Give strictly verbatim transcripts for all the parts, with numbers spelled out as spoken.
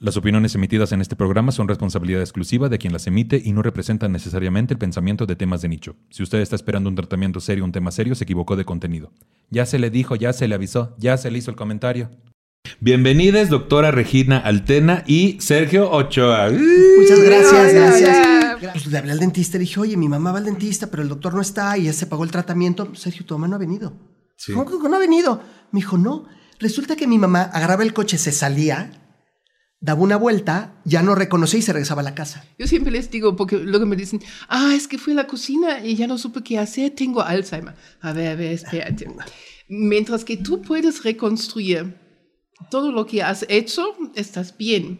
Las opiniones emitidas en este programa son responsabilidad exclusiva de quien las emite y no representan necesariamente el pensamiento de temas de nicho. Si usted está esperando un tratamiento serio, un tema serio, se equivocó de contenido. Ya se le dijo, ya se le avisó, ya se le hizo el comentario. Bienvenidas, doctora Regina Altena y Sergio Ochoa. Muchas gracias, gracias. Pues le hablé al dentista y le dije, oye, mi mamá va al dentista, pero el doctor no está y ya se pagó el tratamiento. Sergio, tu mamá no ha venido. Sí. ¿Cómo que no ha venido? Me dijo, no. Resulta que mi mamá agarraba el coche, se salía, daba una vuelta, ya no reconocía y se regresaba a la casa. Yo siempre les digo, porque luego me dicen, ah, es que fui a la cocina y ya no supe qué hacer, tengo Alzheimer. A ver, a ver, espérate. Mientras que tú puedes reconstruir todo lo que has hecho, estás bien.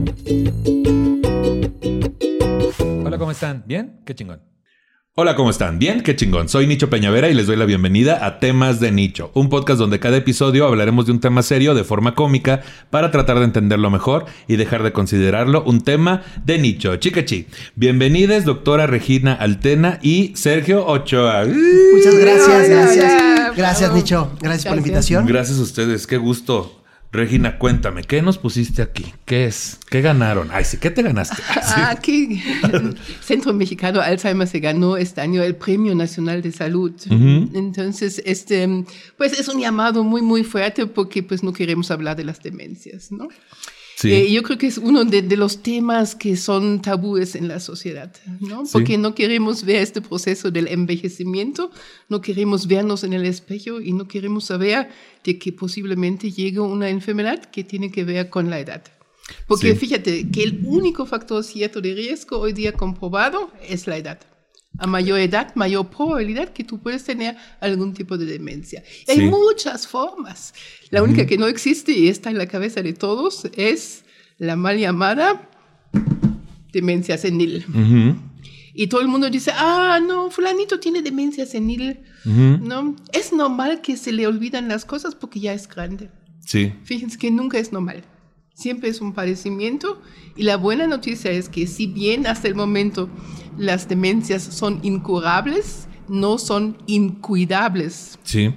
Hola, ¿cómo están? ¿Bien? Qué chingón. Hola, ¿cómo están? Bien, qué chingón. Soy Nicho Peñavera y les doy la bienvenida a Temas de Nicho, un podcast donde cada episodio hablaremos de un tema serio de forma cómica para tratar de entenderlo mejor y dejar de considerarlo un tema de nicho. Chicachi. Bienvenidas, doctora Regina Altena y Sergio Ochoa. Muchas gracias, gracias. Gracias, Nicho. Gracias, gracias por la invitación. Gracias a ustedes. Qué gusto. Regina, cuéntame, ¿qué nos pusiste aquí? ¿Qué es? ¿Qué ganaron? Ay, sí, ¿qué te ganaste? Ah, aquí Centro Mexicano Alzheimer se ganó este año el Premio Nacional de Salud. Uh-huh. Entonces, este, pues es un llamado muy, muy fuerte porque pues no queremos hablar de las demencias, ¿no? Sí. Eh, yo creo que es uno de, de los temas que son tabúes en la sociedad, ¿no? Porque sí. no queremos ver este proceso del envejecimiento, no queremos vernos en el espejo y no queremos saber de que posiblemente llegue una enfermedad que tiene que ver con la edad. Porque sí. fíjate que el único factor cierto de riesgo hoy día comprobado es la edad. A mayor edad, mayor probabilidad que tú puedes tener algún tipo de demencia. Sí. Hay muchas formas. La uh-huh. única que no existe y está en la cabeza de todos es la mal llamada demencia senil. Uh-huh. Y todo el mundo dice, ah, no, fulanito tiene demencia senil. Uh-huh. ¿No? Es normal que se le olvidan las cosas porque ya es grande. Sí. Fíjense que nunca es normal. Siempre es un padecimiento. Y la buena noticia es que si bien hasta el momento las demencias son incurables, no son incuidables. Sí.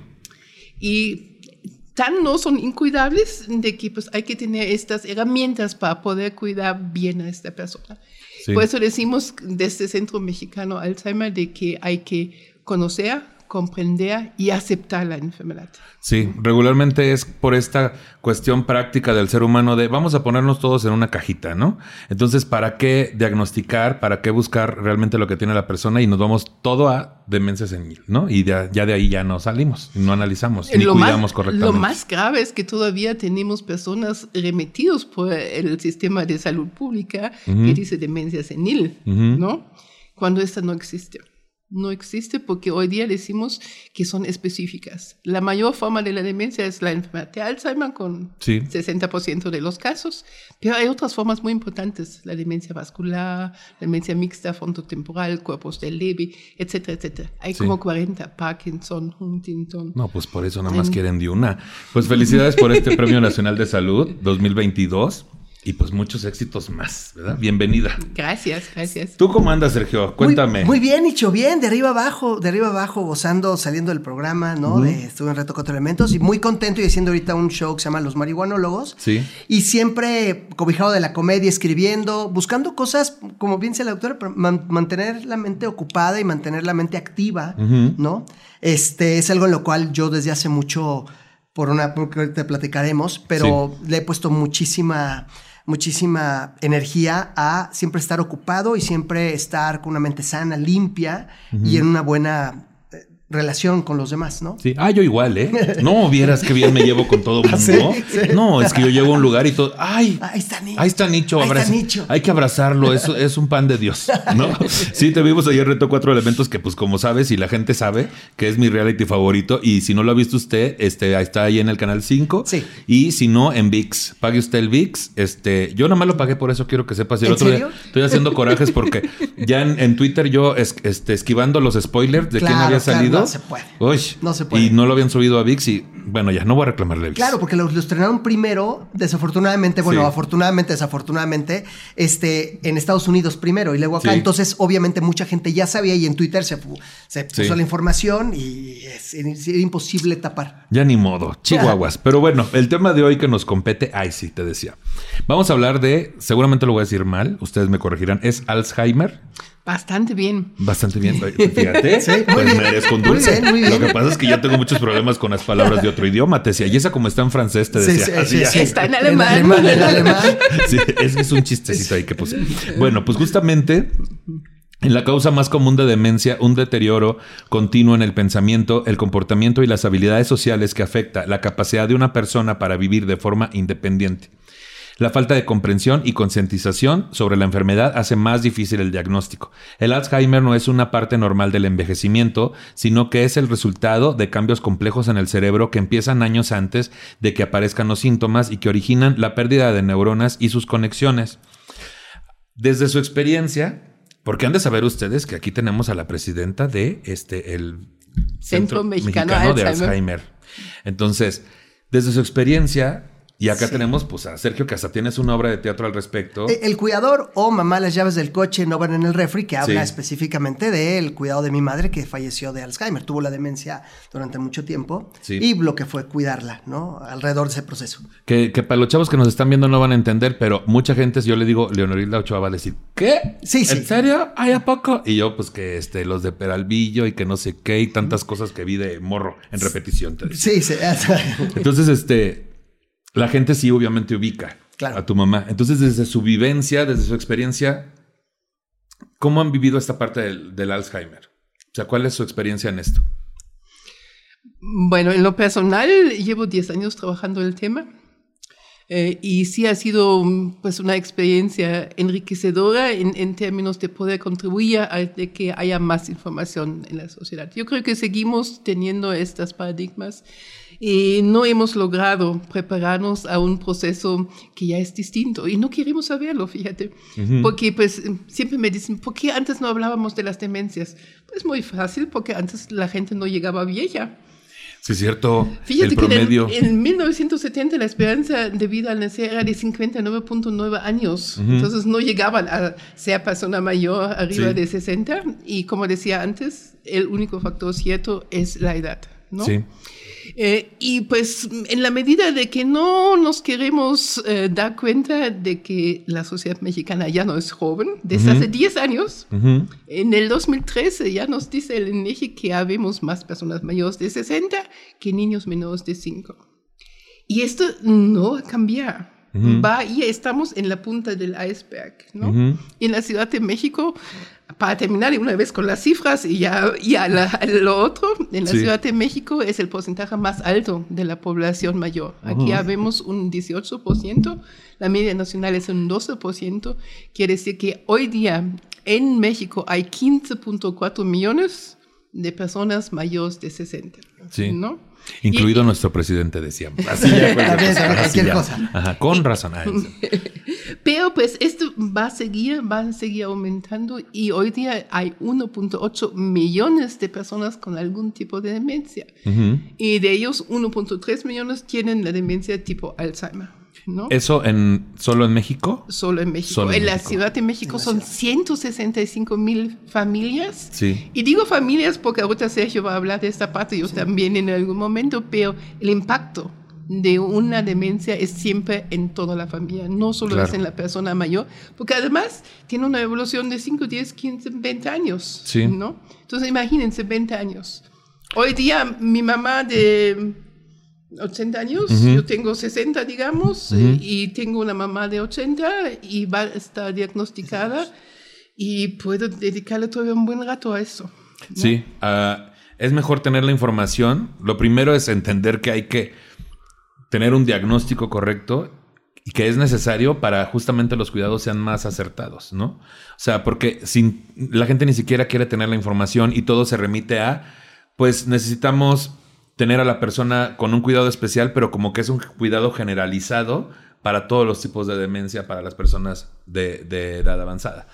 Y tan no son incuidables de que pues, hay que tener estas herramientas para poder cuidar bien a esta persona. Sí. Por eso decimos desde Centro Mexicano Alzheimer de que hay que conocer, comprender y aceptar la enfermedad. Sí, regularmente es por esta cuestión práctica del ser humano de vamos a ponernos todos en una cajita, ¿no? Entonces, ¿para qué diagnosticar? ¿Para qué buscar realmente lo que tiene la persona? Y nos vamos todo a demencia senil, ¿no? Y de, ya de ahí ya no salimos, no analizamos, ni lo cuidamos más, correctamente. Lo más grave es que todavía tenemos personas remitidos por el sistema de salud pública uh-huh. que dice demencia senil, uh-huh. ¿no? Cuando esta no existe. No existe porque hoy día decimos que son específicas. La mayor forma de la demencia es la enfermedad de Alzheimer con sí. sesenta por ciento de los casos, pero hay otras formas muy importantes, la demencia vascular, la demencia mixta, frontotemporal, cuerpos de Lewy, etcétera, etcétera. Hay sí. como cuarenta, Parkinson, Huntington. No, pues por eso nada más en... quieren de una. Pues felicidades por este Premio Nacional de Salud dos mil veintidós. Y pues muchos éxitos más, ¿verdad? Bienvenida. Gracias, gracias. ¿Tú cómo andas, Sergio? Cuéntame. Muy, muy bien, Nicho, bien, de arriba abajo, de arriba abajo, gozando, saliendo del programa, ¿no? Uh-huh. De, estuve en Reto Cuatro Elementos y muy contento y haciendo ahorita un show que se llama Los Marihuanólogos. Sí. Y siempre cobijado de la comedia, escribiendo, buscando cosas, como bien dice la doctora, man, mantener la mente ocupada y mantener la mente activa, uh-huh. ¿no? Este, es algo en lo cual yo desde hace mucho, por una, porque te platicaremos, pero sí. le he puesto muchísima... muchísima energía a siempre estar ocupado y siempre estar con una mente sana, limpia uh-huh. y en una buena eh, relación con los demás, ¿no? Sí. Ah, yo igual, ¿eh? No, vieras qué bien me llevo con todo el mundo. ¿Sí? Sí. No, es que yo llego a un lugar y todo... ¡Ay! Ahí está Nicho. Ahí está Nicho. Ahí Abraza. está Nicho. Hay que abrazarlo. Es, es un pan de Dios, ¿no? Sí, te vimos ayer Reto Cuatro Elementos que, pues, como sabes y la gente sabe que es mi reality favorito. Y si no lo ha visto usted, este, está ahí en el Canal cinco. Sí. Y si no, en ViX. Pague usted el ViX. Este, yo nada más lo pagué por eso, quiero que sepas. Y el ¿En otro serio? día estoy haciendo corajes porque ya en, en Twitter yo es, este, esquivando los spoilers de claro, quién había salido. Claro, No se puede. Uy, no se puede. Y no lo habían subido a ViX y bueno, ya no voy a reclamarle a ViX. Claro, porque lo, lo estrenaron primero, desafortunadamente, bueno, Sí. afortunadamente, desafortunadamente, este, en Estados Unidos primero y luego acá. Sí. Entonces, obviamente, mucha gente ya sabía y en Twitter se, se puso Sí. la información y es, es imposible tapar. Ya ni modo, chihuahuas. Pero bueno, el tema de hoy que nos compete, ay sí, te decía. Vamos a hablar de, seguramente lo voy a decir mal, ustedes me corregirán, ¿es Alzheimer? Bastante bien. Bastante bien, fíjate. Sí, muy pues bien. merezco un Muy dulce. bien, muy bien. Lo que pasa es que yo tengo muchos problemas con las palabras de otro idioma, te decía. Y esa como está en francés, te decía. Sí, sí, Así sí, ya. sí. Está en En alemán. alemán, en alemán. Sí, es, es un chistecito ahí que puse. Bueno, pues justamente en la causa más común de demencia, un deterioro continuo en el pensamiento, el comportamiento y las habilidades sociales que afecta la capacidad de una persona para vivir de forma independiente. La falta de comprensión y concientización sobre la enfermedad hace más difícil el diagnóstico. El Alzheimer no es una parte normal del envejecimiento, sino que es el resultado de cambios complejos en el cerebro que empiezan años antes de que aparezcan los síntomas y que originan la pérdida de neuronas y sus conexiones. Desde su experiencia, porque han de saber ustedes que aquí tenemos a la presidenta de este el Centro Mexicano de Alzheimer. Alzheimer. Entonces, desde su experiencia, y acá Sí. tenemos pues a Sergio, que hasta tienes una obra de teatro al respecto. Eh, El cuidador o mamá, las llaves del coche no van en el refri, que habla Sí. específicamente del cuidado de mi madre que falleció de Alzheimer. Tuvo la demencia durante mucho tiempo Sí. y lo que fue cuidarla, ¿no? Alrededor de ese proceso. Que, que para los chavos que nos están viendo no van a entender, pero mucha gente, si yo le digo Leonorilda Ochoa, va a decir, ¿qué? Sí, sí. ¿En serio? ¿Hay a poco? Y yo, pues que este, los de Peralvillo y que no sé qué, y tantas cosas que vi de morro en repetición. Te decía. Sí, sí. Entonces, este, la gente sí obviamente ubica Claro. a tu mamá. Entonces, desde su vivencia, desde su experiencia, ¿cómo han vivido esta parte del, del Alzheimer? O sea, ¿cuál es su experiencia en esto? Bueno, en lo personal, llevo diez años trabajando el tema. Eh, y sí ha sido pues, una experiencia enriquecedora en, en términos de poder contribuir a de que haya más información en la sociedad. Yo creo que seguimos teniendo estos paradigmas y no hemos logrado prepararnos a un proceso que ya es distinto. Y no queremos saberlo, fíjate. Uh-huh. Porque pues siempre me dicen, ¿por qué antes no hablábamos de las demencias? Pues muy fácil, porque antes la gente no llegaba vieja. Sí, es cierto. Fíjate el promedio. que en, en mil novecientos setenta la esperanza de vida al nacer era de cincuenta y nueve punto nueve años. Uh-huh. Entonces no llegaban a ser persona mayor arriba sí. de sesenta. Y como decía antes, el único factor cierto es la edad, ¿no? Sí. Eh, y pues en la medida de que no nos queremos eh, dar cuenta de que la sociedad mexicana ya no es joven, desde uh-huh. hace diez años, uh-huh. en el dos mil trece ya nos dice el INEGI que habemos más personas mayores de sesenta que niños menores de cinco. Y esto no va a cambiar. Uh-huh. Va y estamos en la punta del iceberg, ¿no? Uh-huh. Y en la Ciudad de México, para terminar una vez con las cifras y ya, ya la, lo otro, en la sí. Ciudad de México es el porcentaje más alto de la población mayor. Aquí uh-huh. habemos un dieciocho por ciento, la media nacional es un doce por ciento. Quiere decir que hoy día en México hay quince punto cuatro millones de personas mayores de sesenta, sí. ¿no? Incluido y, nuestro presidente, decíamos. Así ya, cualquier cosa. Cualquier cosa. Ajá, con razón. Pero pues esto va a seguir, va a seguir aumentando y hoy día hay uno punto ocho millones de personas con algún tipo de demencia. Uh-huh. Y de ellos uno punto tres millones tienen la demencia tipo Alzheimer, ¿no? ¿Eso en, solo en México? Solo en México. Solo en, en México. La Ciudad de México son ciento sesenta y cinco mil familias. Sí. Y digo familias porque ahorita Sergio va a hablar de esta parte, yo sí. también en algún momento, pero el impacto de una demencia es siempre en toda la familia, no solo claro. es en la persona mayor, porque además tiene una evolución de cinco, diez, quince, veinte años, sí. ¿no? Entonces imagínense veinte años. Hoy día mi mamá de ochenta años, uh-huh. yo tengo sesenta, digamos, uh-huh. y tengo una mamá de ochenta y va a estar diagnosticada y puedo dedicarle todavía un buen rato a eso, ¿no? Sí, uh, es mejor tener la información. Lo primero es entender que hay que tener un diagnóstico correcto y que es necesario para justamente los cuidados sean más acertados, ¿no? O sea, porque sin, la gente ni siquiera quiere tener la información y todo se remite a, pues necesitamos tener a la persona con un cuidado especial, pero como que es un cuidado generalizado para todos los tipos de demencia, para las personas de, de edad avanzada.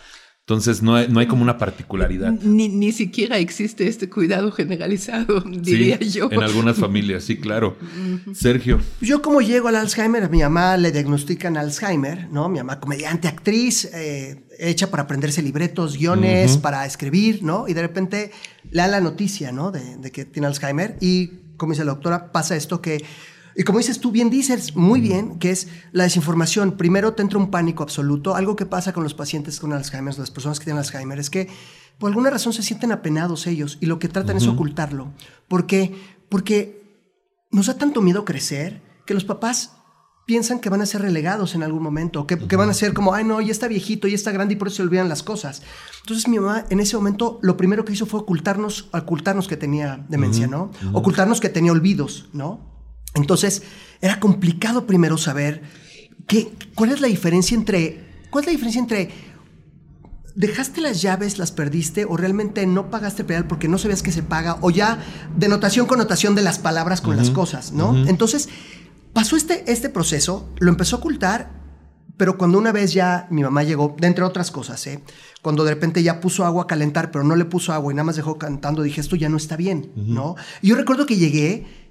Entonces no hay, no hay como una particularidad. Ni, ni siquiera existe este cuidado generalizado, diría sí, yo. En algunas familias, sí, claro. Sergio. Yo como llego al Alzheimer, a mi mamá le diagnostican Alzheimer, ¿no? Mi mamá comediante, actriz, eh, hecha para aprenderse libretos, guiones, uh-huh. para escribir, ¿no? Y de repente le dan la noticia, ¿no? De, de que tiene Alzheimer y, como dice la doctora, pasa esto que... Y como dices tú, bien dices, muy bien, que es la desinformación. Primero te entra un pánico absoluto. Algo que pasa con los pacientes con Alzheimer, las personas que tienen Alzheimer, es que por alguna razón se sienten apenados ellos y lo que tratan uh-huh. es ocultarlo. ¿Por qué? Porque nos da tanto miedo crecer que los papás piensan que van a ser relegados en algún momento, que, uh-huh. que van a ser como, ay no, ya está viejito, ya está grande y por eso se olvidan las cosas. Entonces mi mamá en ese momento lo primero que hizo fue ocultarnos, ocultarnos que tenía demencia, uh-huh. ¿no? Uh-huh. Ocultarnos que tenía olvidos, ¿no? Entonces, era complicado primero saber qué, cuál es la diferencia entre, cuál es la diferencia entre dejaste las llaves, las perdiste o realmente no pagaste el penal porque no sabías que se paga o ya denotación, connotación de las palabras con uh-huh. las cosas, ¿no? Uh-huh. Entonces, pasó este, este proceso, lo empezó a ocultar, pero cuando una vez ya mi mamá llegó, de entre otras cosas, ¿eh? Cuando de repente ya puso agua a calentar, pero no le puso agua y nada más dejó cantando, dije, esto ya no está bien, uh-huh. ¿no? Y yo recuerdo que llegué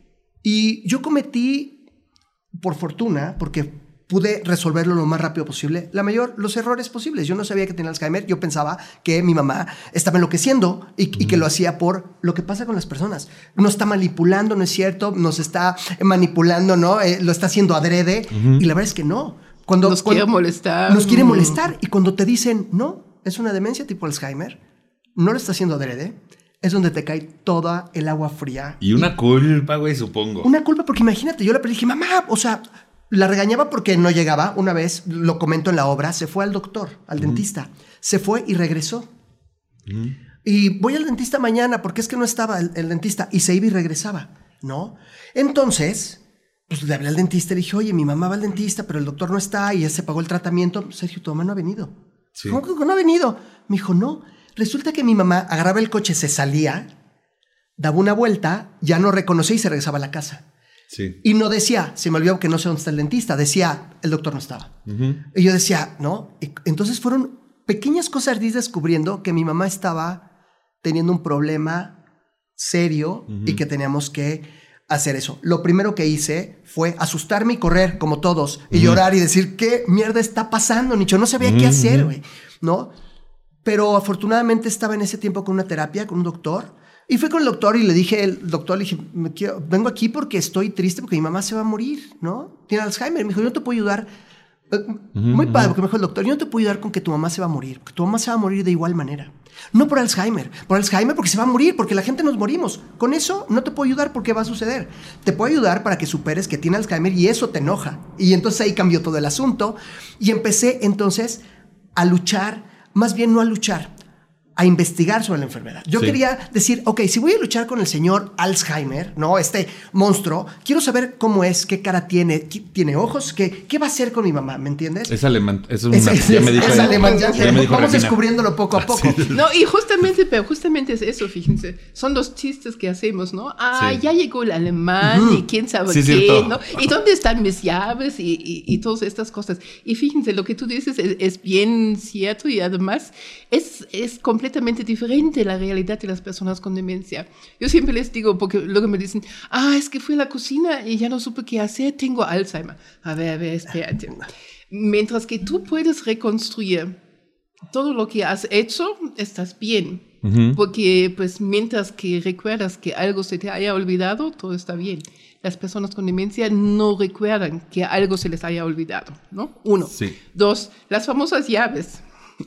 y yo cometí, por fortuna, porque pude resolverlo lo más rápido posible, la mayor, los errores posibles. Yo no sabía que tenía Alzheimer, yo pensaba que mi mamá estaba enloqueciendo y, uh-huh. y que lo hacía por lo que pasa con las personas. Nos está manipulando, ¿no es cierto? Nos está manipulando, ¿no? Eh, lo está haciendo adrede. Uh-huh. Y la verdad es que no. Cuando, nos cuando, quiere molestar. Nos quiere molestar. Y cuando te dicen, no, es una demencia tipo Alzheimer, no lo está haciendo adrede, es donde te cae toda el agua fría. Y una y, culpa, güey, supongo. Una culpa, porque imagínate, yo le dije, mamá, o sea, la regañaba porque no llegaba. Una vez, lo comento en la obra, se fue al doctor, al uh-huh. dentista. Se fue y regresó. Uh-huh. Y voy al dentista mañana porque es que no estaba el, el dentista. Y se iba y regresaba, ¿no? Entonces, pues le hablé al dentista y le dije, oye, mi mamá va al dentista, pero el doctor no está y ya se pagó el tratamiento. Sergio, tu mamá no ha venido. Sí. ¿Cómo que no ha venido? Me dijo, no. Resulta que mi mamá agarraba el coche, se salía, daba una vuelta, ya no reconocía y se regresaba a la casa. Sí. Y no decía, se me olvidó que no sé dónde está el dentista, decía, el doctor no estaba. Uh-huh. Y yo decía, no. Y entonces fueron pequeñas cosas descubriendo que mi mamá estaba teniendo un problema serio uh-huh. y que teníamos que hacer eso. Lo primero que hice fue asustarme y correr, como todos, y uh-huh. llorar y decir, ¿qué mierda está pasando, Nicho? No sabía uh-huh. qué hacer, güey, ¿no? Pero afortunadamente estaba en ese tiempo con una terapia, con un doctor. Y fui con el doctor y le dije, el doctor le dije, me quiero, vengo aquí porque estoy triste porque mi mamá se va a morir, ¿no? Tiene Alzheimer. Me dijo, yo no te puedo ayudar. Uh-huh, Muy padre, uh-huh. porque me dijo el doctor, yo no te puedo ayudar con que tu mamá se va a morir, porque tu mamá se va a morir de igual manera. No por Alzheimer, por Alzheimer porque se va a morir, porque la gente nos morimos. Con eso no te puedo ayudar porque va a suceder. Te puedo ayudar para que superes que tiene Alzheimer y eso te enoja. Y entonces ahí cambió todo el asunto y empecé entonces a luchar. Más bien no a luchar, a investigar sobre la enfermedad. Yo sí. quería decir, ok, si voy a luchar con el señor Alzheimer, ¿no? Este monstruo, quiero saber cómo es, qué cara tiene, tiene ojos, qué, qué va a hacer con mi mamá, ¿me entiendes? Es alemán, es una, es, es, ya me dijo. Es alemán, ya, ya me dijo vamos Regina. Descubriéndolo poco a poco. Sí. No, y justamente, pero justamente es eso, fíjense, son los chistes que hacemos, ¿no? Ah, sí. ya llegó el alemán uh-huh. y quién sabe sí, qué, cierto. ¿no? Y dónde están mis llaves y, y, y todas estas cosas. Y fíjense, lo que tú dices es, es bien cierto y además es, es completamente diferente la realidad de las personas con demencia. Yo siempre les digo, porque luego me dicen, ah, es que fui a la cocina y ya no supe qué hacer, tengo Alzheimer. A ver, a ver, espérate. Mientras que tú puedes reconstruir todo lo que has hecho, estás bien. Uh-huh. Porque pues mientras que recuerdas que algo se te haya olvidado, todo está bien. Las personas con demencia no recuerdan que algo se les haya olvidado, ¿no? Uno. Sí. Dos, las famosas llaves.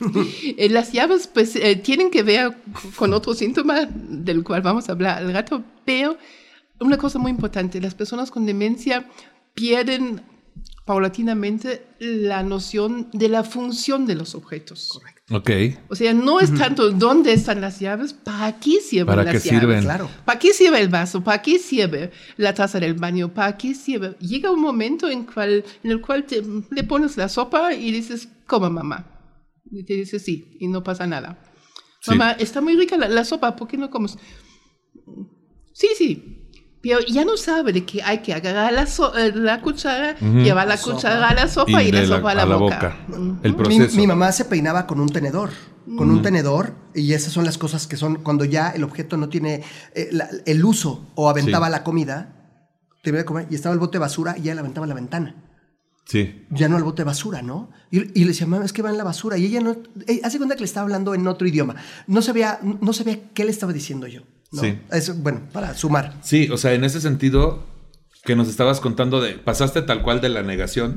eh, las llaves pues eh, tienen que ver con otro síntoma del cual vamos a hablar al rato, pero una cosa muy importante, las personas con demencia pierden paulatinamente la noción de la función de los objetos. Correcto. Okay. O sea, no es tanto dónde están las llaves, para qué sirven ¿Para las qué llaves. Sirven? Claro. ¿Para qué sirve el vaso? ¿Para qué sirve la taza del baño? ¿Para qué sirve? Llega un momento en, cual, en el cual te, le pones la sopa y dices, coma mamá. Y te dice sí, y no pasa nada. Sí. Mamá, está muy rica la, la sopa, ¿por qué no comes? Sí, sí. pero ya no sabe de que hay que agarrar la, so la cuchara, uh-huh. llevar la sopa. cuchara a la sopa y, y la sopa a la, a la boca. boca. Uh-huh. El proceso. Mi, mi mamá se peinaba con un tenedor, con uh-huh. un tenedor, y esas son las cosas que son cuando ya el objeto no tiene eh, la, el uso, o aventaba sí. la comida, te voy a comer, y estaba el bote de basura y ya la aventaba a la ventana. Sí. Ya no al bote de basura, ¿no? Y, y le decía, mamá, es que va en la basura. Y ella no, eh, hace cuenta que le estaba hablando en otro idioma. No sabía, no sabía qué le estaba diciendo yo. ¿No? Sí. Eso, bueno, para sumar. Sí, o sea, en ese sentido que nos estabas contando de, pasaste tal cual de la negación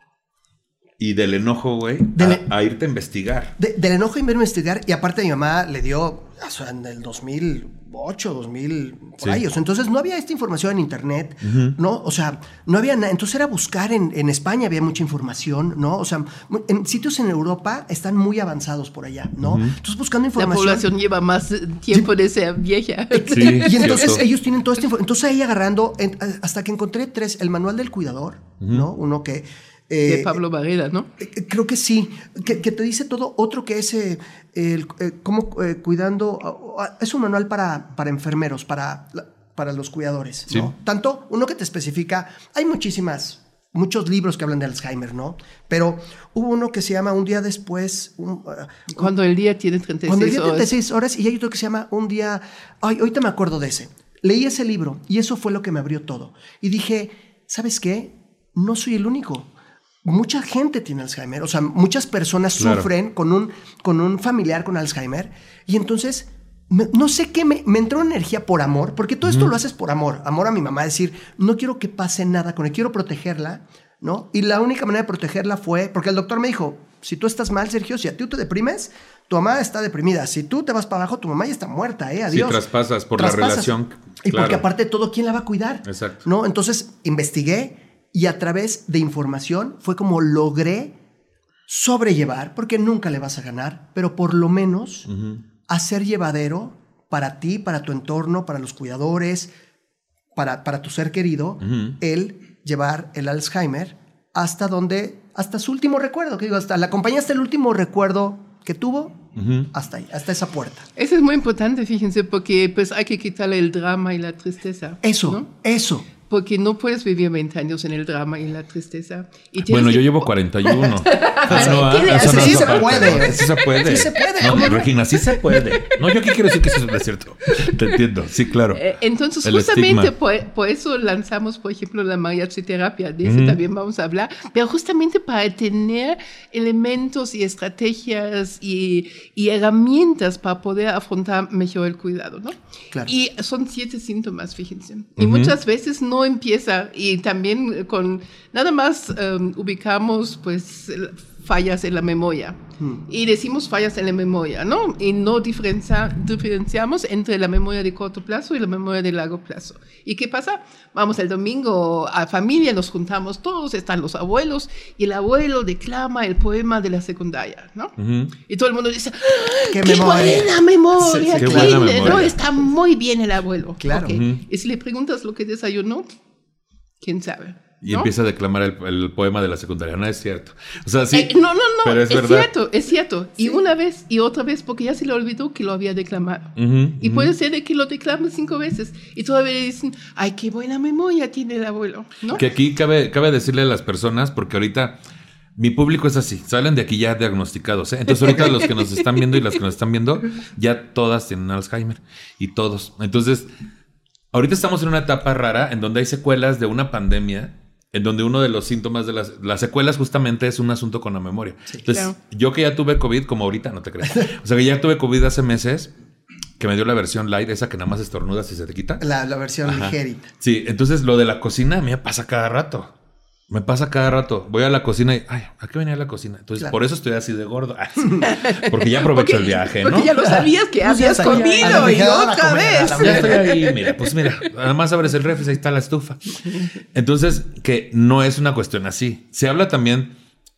y del enojo, güey, a, a irte a investigar. De, del enojo a irme a investigar, y aparte mi mamá le dio, o sea, en el dos mil ocho, dos mil, por sí. ahí, o sea, entonces no había esta información en internet, uh-huh. ¿no? O sea, no había nada, entonces era buscar en, en España, había mucha información, ¿no? O sea, en sitios en Europa están muy avanzados por allá, ¿no? Uh-huh. Entonces buscando información. La población lleva más tiempo sí. de ser vieja. Sí, y entonces cierto. ellos tienen toda esta información, entonces ahí agarrando, en, hasta que encontré tres, el manual del cuidador, uh-huh. ¿no? Uno que... Eh, de Pablo Varela, ¿no? Eh, creo que sí, que, que te dice todo. Otro que es eh, el, eh, cómo eh, cuidando, uh, es un manual para, para enfermeros, para, para los cuidadores, ¿no? Sí. Tanto uno que te especifica, hay muchísimas, muchos libros que hablan de Alzheimer, ¿no? Pero hubo uno que se llama Un día después. Un, uh, cuando el día tiene treinta y seis cuando el día horas. treinta y seis horas, y hay otro que se llama Un día, ay, ahorita me acuerdo de ese. Leí ese libro y eso fue lo que me abrió todo. Y dije, ¿sabes qué? No soy el único. Mucha gente tiene Alzheimer, o sea, muchas personas claro. sufren con un, con un familiar con Alzheimer, y entonces, me, no sé qué, me, me entró energía por amor, porque todo esto mm. lo haces por amor, amor a mi mamá, decir, no quiero que pase nada con ella, quiero protegerla, ¿no? Y la única manera de protegerla fue, porque el doctor me dijo, si tú estás mal, Sergio, si a ti te deprimes, tu mamá está deprimida, si tú te vas para abajo, tu mamá ya está muerta, ¿eh? Adiós. Si traspasas por traspasas. la relación. Y claro. porque aparte de todo, ¿quién la va a cuidar? Exacto. ¿No? Entonces, investigué, y a través de información fue como logré sobrellevar, porque nunca le vas a ganar, pero por lo menos uh-huh. hacer llevadero para ti, para tu entorno, para los cuidadores, para, para tu ser querido, uh-huh. el llevar el Alzheimer hasta donde, hasta su último recuerdo, que digo, hasta la compañía hasta el último recuerdo que tuvo, uh-huh. hasta ahí, hasta esa puerta. Eso es muy importante, fíjense, porque pues hay que quitarle el drama y la tristeza. Eso, ¿no? eso. Porque no puedes vivir veinte años en el drama y en la tristeza. Y bueno, yo que... llevo cuarenta y uno. Ay, no, ah, eso no sí se puede. Sí se puede. Sí se puede. No, Regina, sí se puede. No, yo aquí quiero decir que eso es cierto. Te entiendo. Sí, claro. Eh, entonces, el justamente por, por eso lanzamos, por ejemplo, la mariachi-terapia. De eso mm. también vamos a hablar. Pero justamente para tener elementos y estrategias y, y herramientas para poder afrontar mejor el cuidado, ¿no? Claro. Y son siete síntomas, fíjense. Y uh-huh. muchas veces no empieza, y también con nada más um, ubicamos pues fallas en la memoria hmm. y decimos fallas en la memoria, ¿no? Y no diferencia, diferenciamos entre la memoria de corto plazo y la memoria de largo plazo. ¿Y qué pasa? Vamos el domingo a familia, nos juntamos todos, están los abuelos y el abuelo declama el poema de la secundaria, ¿no? Uh-huh. Y todo el mundo dice, ¡qué, ¿Qué memoria! buena memoria! Sí, sí, qué buena memoria. ¿No? Está muy bien el abuelo. Claro. Okay. Uh-huh. Y si le preguntas lo que desayunó, ¿quién sabe? Y ¿no? empieza a declamar el, el poema de la secundaria. No es cierto. O sea, sí. Eh, no, no, no. Pero es, es verdad. cierto, es cierto. Sí. Y una vez y otra vez, porque ya se le olvidó que lo había declamado. Uh-huh, y uh-huh. puede ser de que lo declame cinco veces. Y todavía dicen, ay, qué buena memoria tiene el abuelo, ¿no? Que aquí cabe, cabe decirle a las personas, porque ahorita mi público es así. Salen de aquí ya diagnosticados, ¿eh? Entonces ahorita los que nos están viendo y las que nos están viendo, ya todas tienen Alzheimer. Y todos. Entonces, ahorita estamos en una etapa rara en donde hay secuelas de una pandemia, en donde uno de los síntomas de las, las secuelas justamente es un asunto con la memoria. Sí, Entonces, claro. yo que ya tuve COVID, como ahorita, no te creas. O sea, que ya tuve COVID hace meses, que me dio la versión light, esa que nada más estornudas y se te quita. La, la versión Ajá. ligerita. Sí, entonces lo de la cocina a mí me pasa cada rato. Me pasa cada rato. Voy a la cocina y, ay, ¿a qué venía la cocina? Entonces, claro. por eso estoy así de gordo. Porque ya aprovecho porque, el viaje, porque ¿no? ya lo sabías que habías comido y otra vez. Ya estoy ahí, mira, pues mira, además abres el refri, ahí está la estufa. Entonces, que no es una cuestión así. Se habla también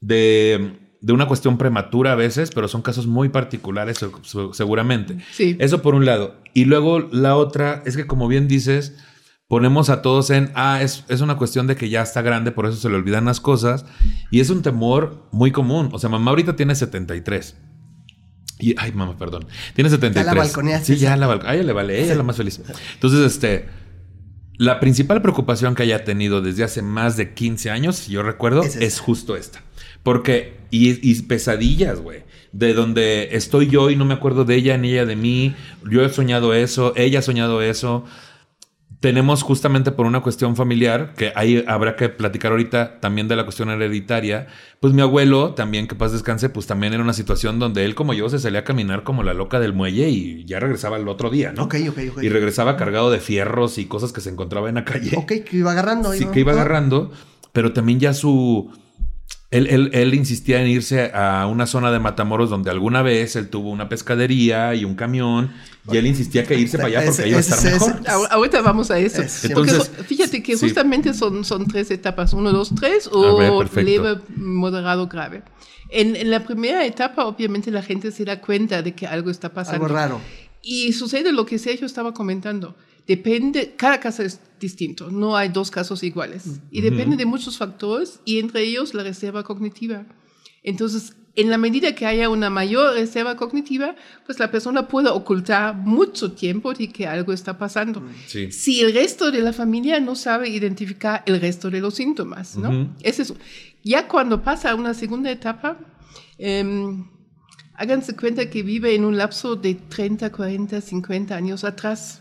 de, de una cuestión prematura a veces, pero son casos muy particulares seguramente. Sí. Eso por un lado. Y luego la otra es que, como bien dices, ponemos a todos en, ah, es, es una cuestión de que ya está grande, por eso se le olvidan las cosas. Y es un temor muy común. O sea, mamá ahorita tiene setenta y tres. Y, ay, mamá, perdón. Tiene setenta y tres. Ya la balconeaste. Sí, ya la balconeaste. A ella le vale, ella sí. es la más feliz. Entonces, este... la principal preocupación que haya tenido desde hace más de quince años, si yo recuerdo, es, es justo esta. Porque, y, y pesadillas, güey. De donde estoy yo y no me acuerdo de ella ni ella de mí. Yo he soñado eso, ella ha soñado eso. Tenemos justamente por una cuestión familiar, que ahí habrá que platicar ahorita también de la cuestión hereditaria. Pues mi abuelo, también que paz descanse, pues también era una situación donde él como yo se salía a caminar como la loca del muelle y ya regresaba el otro día, ¿no? Ok, ok, ok. Y regresaba cargado de fierros y cosas que se encontraba en la calle. Ok, que iba agarrando. Sí, iba, que iba ¿no? agarrando, pero también ya su... Él, él, él insistía en irse a una zona de Matamoros donde alguna vez él tuvo una pescadería y un camión y él insistía que irse para allá porque ahí iba a estar mejor. Ahorita vamos a eso. Es, Entonces, porque, fíjate que sí. justamente son, son tres etapas, uno, dos, tres A o ver, leve, moderado, grave. En, en la primera etapa, obviamente, la gente se da cuenta de que algo está pasando. Algo raro. Y sucede lo que Sergio estaba comentando. Depende, cada caso es distinto, no hay dos casos iguales. Y uh-huh. depende de muchos factores y entre ellos la reserva cognitiva. Entonces, en la medida que haya una mayor reserva cognitiva, pues la persona puede ocultar mucho tiempo de que algo está pasando. Sí. Si el resto de la familia no sabe identificar el resto de los síntomas, ¿no? Uh-huh. Es eso. Ya cuando pasa a una segunda etapa, eh, háganse cuenta que vive en un lapso de treinta, cuarenta, cincuenta años atrás.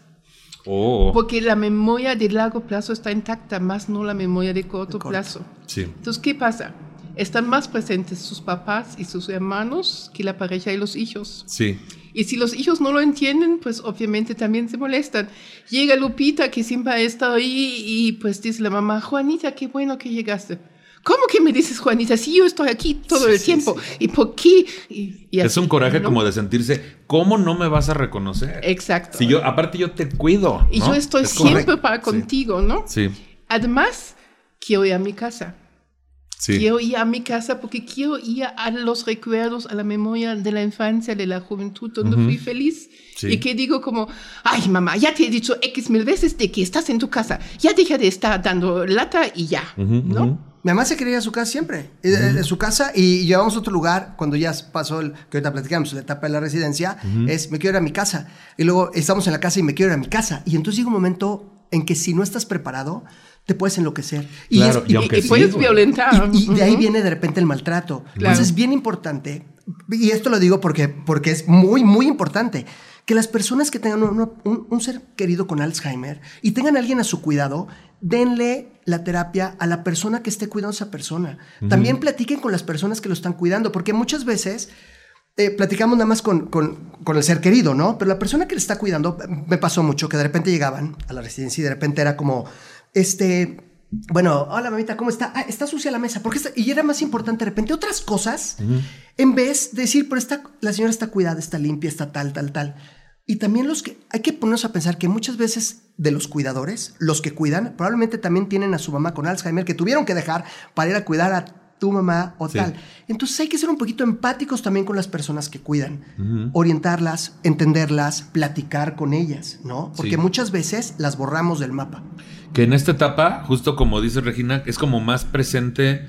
Oh. Porque la memoria de largo plazo está intacta, más no la memoria de corto, de corto. plazo. Sí. Entonces, ¿qué pasa? Están más presentes sus papás y sus hermanos que la pareja y los hijos. Sí. Y si los hijos no lo entienden, pues obviamente también se molestan. Llega Lupita, que siempre ha estado ahí, y pues dice la mamá, Juanita, qué bueno que llegaste. ¿Cómo que me dices, Juanita? Si yo estoy aquí todo sí, el tiempo. Sí, sí. ¿Y por qué? Y, y así, es un coraje, ¿no? Como de sentirse, ¿cómo no me vas a reconocer? Exacto. Si yo, aparte yo te cuido, y ¿no? yo estoy es siempre correcto. para contigo, sí. ¿no? Sí. Además, quiero ir a mi casa. Sí. Quiero ir a mi casa porque quiero ir a los recuerdos, a la memoria de la infancia, de la juventud, donde uh-huh. fui feliz. Sí. Y que digo como, ay, mamá, ya te he dicho X mil veces de que estás en tu casa. Ya deja de estar dando lata y ya, uh-huh, ¿no? Uh-huh. Mi mamá se quería ir a su casa siempre, uh-huh. en su casa, y llevamos a otro lugar, cuando ya pasó, el que ahorita platicamos, la etapa de la residencia, uh-huh. es, me quiero ir a mi casa. Y luego estamos en la casa y me quiero ir a mi casa. Y entonces llega un momento en que si no estás preparado, te puedes enloquecer. Y, claro, es, y, y, y sí, puedes violentar. Y, y de ahí viene de repente el maltrato. Claro. Entonces es bien importante, y esto lo digo porque, porque es muy, muy importante, que las personas que tengan un, un, un ser querido con Alzheimer y tengan a alguien a su cuidado, denle la terapia a la persona que esté cuidando a esa persona. Uh-huh. También platiquen con las personas que lo están cuidando, porque muchas veces eh, platicamos nada más con, con, con el ser querido, ¿no? Pero la persona que le está cuidando, me pasó mucho que de repente llegaban a la residencia y de repente era como, este... bueno, hola mamita, ¿cómo está? Ah, está sucia la mesa. ¿Por qué está? Y era más importante de repente otras cosas, uh-huh. en vez de decir, pero está, la señora está cuidada, está limpia, está tal, tal, tal. Y también los que, hay que ponernos a pensar que muchas veces de los cuidadores, los que cuidan, probablemente también tienen a su mamá con Alzheimer que tuvieron que dejar para ir a cuidar a tu mamá o sí. tal. Entonces hay que ser un poquito empáticos también con las personas que cuidan, uh-huh. orientarlas, entenderlas, platicar con ellas, ¿no? Porque sí. muchas veces las borramos del mapa. Que en esta etapa, justo como dice Regina, es como más presente,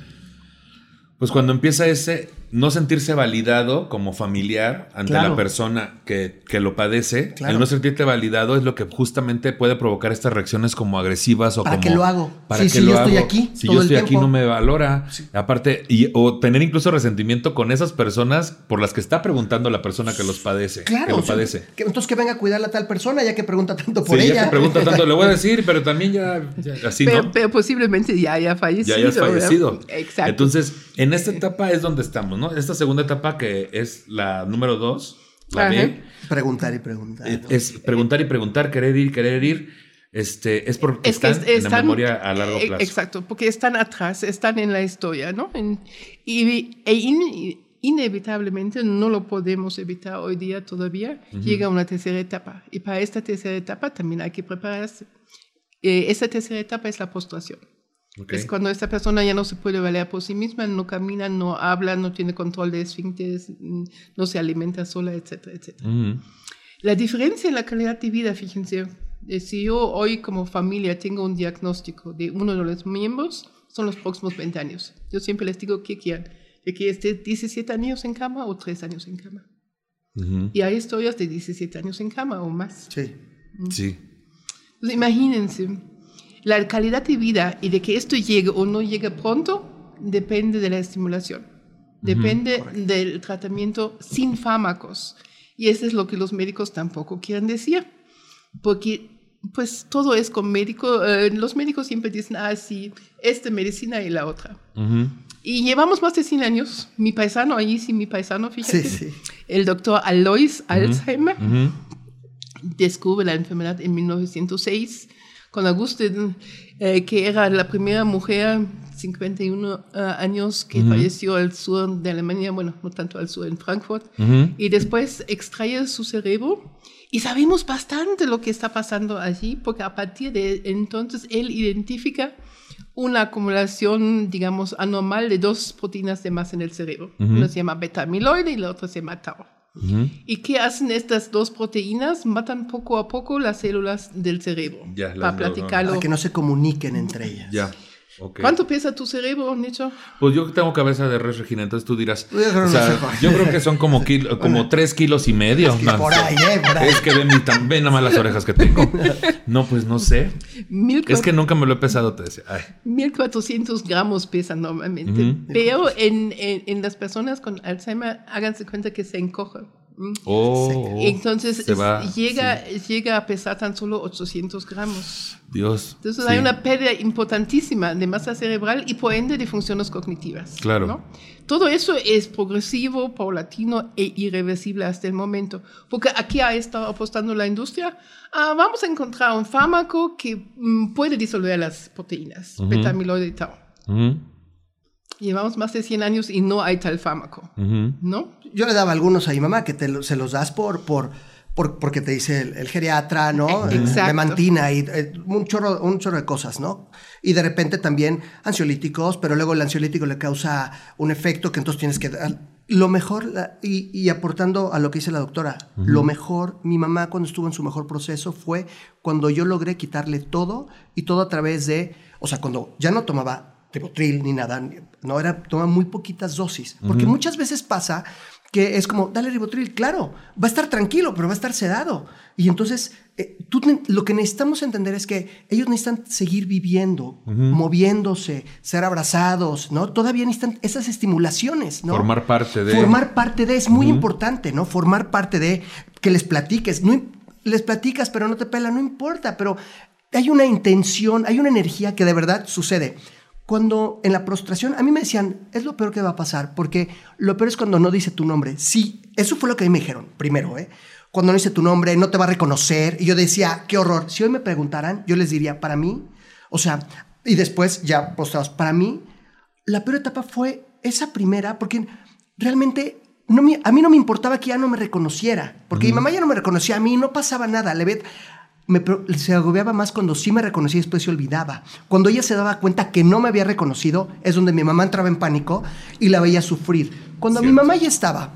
pues cuando empieza ese no sentirse validado como familiar ante claro. la persona que, que lo padece. Claro. El no sentirte validado es lo que justamente puede provocar estas reacciones como agresivas o ¿Para como... ¿Para qué lo hago? ¿Para sí, qué si lo yo hago? estoy aquí Si todo yo estoy el aquí tiempo. no me valora. Sí. Aparte, y, o tener incluso resentimiento con esas personas por las que está preguntando la persona que los padece. Claro. Que lo O sea, padece. Que, entonces que venga a cuidar a tal persona ya que pregunta tanto por sí, ella. ya que pregunta tanto, le voy a decir, pero también ya, ya así, pero, ¿no? Pero posiblemente ya haya fallecido. Ya hayas fallecido. ¿verdad? Exacto. Entonces, en esta etapa es donde estamos, ¿no? Esta segunda etapa que es la número dos, la B. Preguntar y preguntar. ¿no? Es preguntar y preguntar, querer ir, querer ir. Este, es porque es que están, están en la memoria a largo plazo. Exacto, porque están atrás, están en la historia, ¿no? En, y, e in, inevitablemente, no lo podemos evitar hoy día todavía, uh-huh. llega una tercera etapa. Y para esta tercera etapa también hay que prepararse. Eh, esta tercera etapa es la postración. Okay. Es cuando esta persona ya no se puede valer por sí misma, no camina, no habla, no tiene control de esfínteres, no se alimenta sola, etcétera, etcétera. Uh-huh. La diferencia en la calidad de vida, fíjense, si yo hoy como familia tengo un diagnóstico de uno de los miembros, son los próximos veinte años. Yo siempre les digo que quieran, de que esté diecisiete años en cama o tres años en cama. Uh-huh. Y hay historias de diecisiete años en cama o más. Sí. Uh-huh. Sí. Entonces, imagínense. la calidad de vida y de que esto llegue o no llegue pronto depende de la estimulación, depende uh-huh. del tratamiento sin fármacos. Y eso es lo que los médicos tampoco quieren decir, porque pues todo es con médico. Eh, los médicos siempre dicen, ah, sí, esta medicina y la otra. Uh-huh. Y llevamos más de cien años. Mi paisano, ahí sí, mi paisano, fíjate, sí, sí. el doctor Alois uh-huh. Alzheimer, uh-huh. descubre la enfermedad en mil novecientos seis con Auguste, eh, que era la primera mujer, cincuenta y uno uh, años, que uh-huh. falleció al sur de Alemania, bueno, no tanto al sur, en Frankfurt, uh-huh. y después extrae su cerebro, y sabemos bastante lo que está pasando allí, porque a partir de entonces él identifica una acumulación, digamos, anormal de dos proteínas de más en el cerebro. Uh-huh. Una se llama beta-amiloide y la otra se llama tau. Uh-huh. ¿Y qué hacen estas dos proteínas? Matan poco a poco las células del cerebro. Ya, para platicarlo. Para que no se comuniquen entre ellas. Ya. Okay. ¿Cuánto pesa tu cerebro, Nicho? Pues yo tengo cabeza de res, Regina, entonces tú dirás. O sea, yo creo que son como, kilo, como bueno, tres kilos y medio. Es que no, por ahí, eh, por ahí. Es que ven, ven nada más las orejas que tengo. No, pues no sé. Mil es que nunca me lo he pesado, te decía. Ay. mil cuatrocientos gramos pesan normalmente. Uh-huh. Pero en, en, en las personas con Alzheimer, háganse cuenta que se encoge. Oh, entonces es, va, llega, sí. llega a pesar tan solo ochocientos gramos. Dios. Entonces sí. hay una pérdida importantísima de masa cerebral y por ende de funciones cognitivas. Claro. ¿no? Todo eso es progresivo, paulatino e irreversible hasta el momento. Porque aquí ha estado apostando la industria. Ah, vamos a encontrar un fármaco que mm, puede disolver las proteínas, uh-huh. beta-amiloide y tau. Uh-huh. Llevamos más de cien años y no hay tal fármaco, uh-huh. ¿no? Yo le daba algunos a mi mamá que te, se los das por, por, por porque te dice el, el geriatra, ¿no? Exacto. Memantina y eh, un chorro, un chorro de cosas, ¿no? Y de repente también ansiolíticos, pero luego el ansiolítico le causa un efecto que entonces tienes que dar. Lo mejor, y, y aportando a lo que dice la doctora, uh-huh. lo mejor, mi mamá cuando estuvo en su mejor proceso fue cuando yo logré quitarle todo y todo a través de, o sea, cuando ya no tomaba Ribotril ni nada, no, era, toma muy poquitas dosis, porque uh-huh. muchas veces pasa que es como, dale Ribotril, claro, va a estar tranquilo, pero va a estar sedado, y entonces eh, tú, lo que necesitamos entender es que ellos necesitan seguir viviendo, uh-huh. moviéndose, ser abrazados, ¿no? Todavía necesitan esas estimulaciones, ¿no? Formar parte de... Formar parte de, es muy uh-huh. importante, ¿no? Formar parte de, que les platiques, no, les platicas, pero no te pela, no importa, pero hay una intención, hay una energía que de verdad sucede. Cuando en la prostración, a mí me decían, es lo peor que va a pasar, porque lo peor es cuando no dice tu nombre. Sí, eso fue lo que a mí me dijeron, primero, ¿eh? Cuando no dice tu nombre, no te va a reconocer. Y yo decía, qué horror. Si hoy me preguntaran, yo les diría, para mí, o sea, y después ya postrados, para mí, la peor etapa fue esa primera, porque realmente no me, a mí no me importaba que ya no me reconociera, porque uh-huh. mi mamá ya no me reconocía a mí, no pasaba nada, le ve... Me, se agobiaba más cuando sí me reconocía y después se olvidaba. Cuando ella se daba cuenta que no me había reconocido, es donde mi mamá entraba en pánico y la veía sufrir. Cuando Cierto. mi mamá ya estaba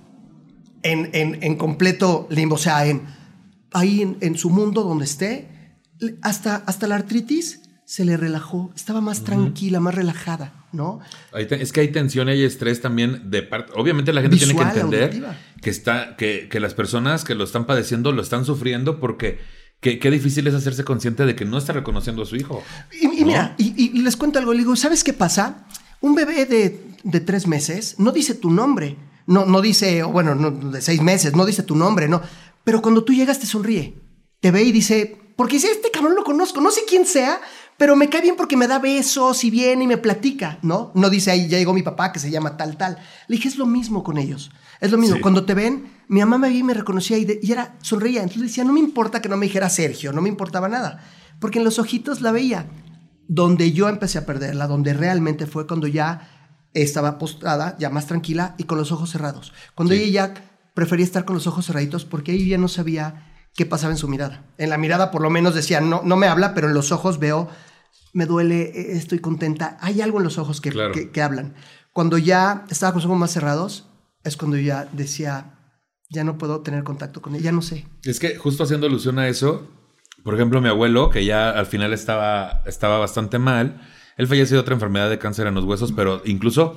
en, en, en completo limbo, o sea, en, ahí en, en su mundo donde esté, hasta, hasta la artritis se le relajó, estaba más uh-huh. tranquila, más relajada, ¿no? Es que hay tensión y hay estrés también de parte. Obviamente la gente Visual, tiene que entender que, está, que, que las personas que lo están padeciendo lo están sufriendo porque... Qué, qué difícil es hacerse consciente de que no está reconociendo a su hijo. Y, y ¿no? mira, y, y les cuento algo. Le digo, ¿sabes qué pasa? Un bebé de, de tres meses no dice tu nombre. No, no dice, bueno, no, de seis meses, no dice tu nombre, no. Pero cuando tú llegas te sonríe. Te ve y dice, porque si este cabrón lo conozco, no sé quién sea, pero me cae bien porque me da besos y viene y me platica, ¿no? No dice, ahí ya llegó mi papá que se llama tal, tal. Le dije, es lo mismo con ellos. Es lo mismo. Sí. Cuando te ven, mi mamá me veía y me reconocía y, de, y era, sonreía. Entonces decía, no me importa que no me dijera Sergio, no me importaba nada. Porque en los ojitos la veía. Donde yo empecé a perderla, donde realmente fue cuando ya estaba postrada, ya más tranquila y con los ojos cerrados. Cuando sí. ella ya prefería estar con los ojos cerraditos porque ahí ya no sabía qué pasaba en su mirada. En la mirada por lo menos decía, no, no me habla, pero en los ojos veo, me duele, estoy contenta. Hay algo en los ojos que, claro. que, que hablan. Cuando ya estaba con los ojos más cerrados, es cuando ya decía, ya no puedo tener contacto con ella, ya no sé. Es que justo haciendo alusión a eso, por ejemplo, mi abuelo, que ya al final estaba, estaba bastante mal, él falleció de otra enfermedad de cáncer en los huesos, pero incluso,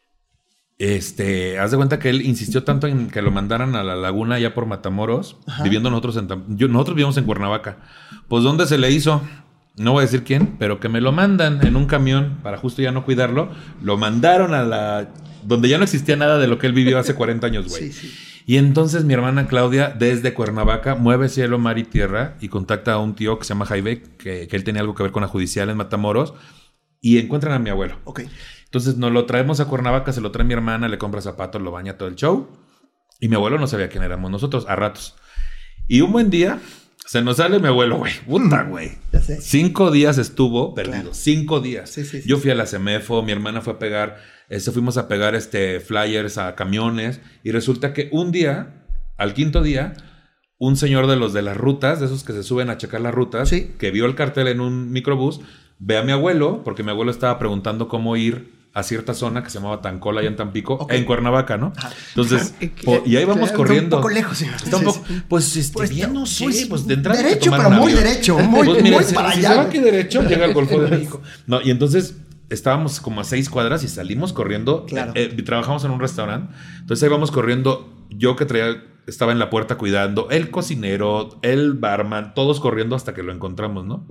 este, haz de cuenta que él insistió tanto en que lo mandaran a la laguna ya por Matamoros, Ajá. viviendo nosotros en... Yo, nosotros vivíamos en Cuernavaca. Pues, ¿dónde se le hizo? no voy a decir quién, pero que me lo mandan en un camión para justo ya no cuidarlo. Lo mandaron a la... donde ya no existía nada de lo que él vivió hace cuarenta años, güey. Sí, sí. Y entonces mi hermana Claudia, desde Cuernavaca, mueve cielo, mar y tierra y contacta a un tío que se llama Jaime, que, que él tenía algo que ver con la judicial en Matamoros, y encuentran a mi abuelo. Ok. Entonces nos lo traemos a Cuernavaca, se lo trae mi hermana, le compra zapatos, lo baña todo el show. Y mi abuelo no sabía quién éramos nosotros, a ratos. Y un buen día se nos sale mi abuelo, güey. Puta, güey. Ya sé. Cinco días estuvo perdido. Claro. Cinco días. Sí, sí, sí. Yo fui a la Semefo, mi hermana fue a pegar, este, fuimos a pegar este, flyers a camiones. Y resulta que un día, al quinto día, un señor de los de las rutas, de esos que se suben a checar las rutas, sí. que vio el cartel en un microbús, ve a mi abuelo, porque mi abuelo estaba preguntando cómo ir a cierta zona que se llamaba Tancola, allá en Tampico, okay. en Cuernavaca, ¿no? Ajá. Entonces, po, y ahí vamos claro, corriendo. Un poco lejos, señor. Está un poco, pues, este, pues, bien, no sé, pues, pues de entrada. Derecho, pero muy avión. derecho, muy, pues, mira, muy si, para si allá. Se va aquí derecho, llega al Golfo de México. No, y entonces estábamos como a seis cuadras y salimos corriendo. Claro. Eh, eh, trabajamos en un restaurante. Entonces ahí vamos corriendo. Yo que traía, estaba en la puerta cuidando, el cocinero, el barman, todos corriendo hasta que lo encontramos, ¿no?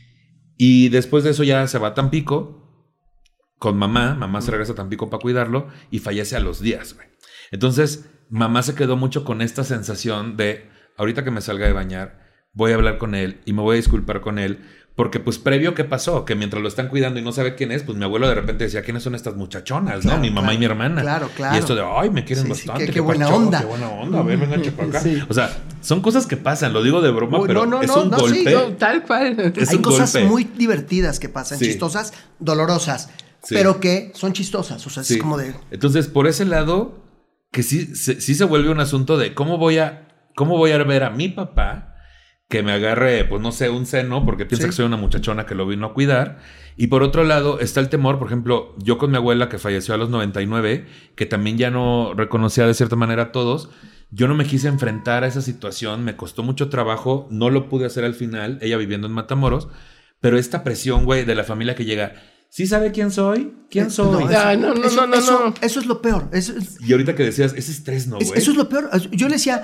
Y después de eso ya se va a Tampico con mamá. Mamá se regresa a Tampico para cuidarlo y fallece a los días, güey. Entonces, mamá se quedó mucho con esta sensación de, ahorita que me salga de bañar, voy a hablar con él y me voy a disculpar con él. Porque, pues, previo, ¿qué pasó? Que mientras lo están cuidando y no sabe quién es, pues mi abuelo de repente decía, ¿quiénes son estas muchachonas? Claro, ¿no? Mi mamá claro, y mi hermana. Claro, claro. Y esto de, ay, me quieren sí, bastante. Sí, qué, qué, qué buena pacho, onda. Qué buena onda. A ver, vengan, para acá. Sí. O sea, son cosas que pasan. Lo digo de broma, Uy, pero no, no, es no, un no, golpe. Sí, no, tal cual. Es Hay un cosas golpe. muy divertidas que pasan, sí. chistosas, dolorosas, sí. pero que son chistosas. O sea, sí. es como de... Entonces, por ese lado, que sí, se, sí se vuelve un asunto de cómo voy a, cómo voy a ver a mi papá que me agarre, pues no sé, un seno, porque piensa sí. que soy una muchachona que lo vino a cuidar. Y por otro lado está el temor, por ejemplo, yo con mi abuela que falleció a los noventa y nueve, que también ya no reconocía de cierta manera a todos, yo no me quise enfrentar a esa situación, me costó mucho trabajo, no lo pude hacer al final, ella viviendo en Matamoros, pero esta presión, güey, de la familia que llega, ¿sí sabe quién soy? ¿Quién soy? No, eso, ah, no, no, eso, no, no, eso, no. Eso es lo peor. Eso es, y ahorita que decías, ese estrés, ¿no, güey? Eso es lo peor. Yo le decía,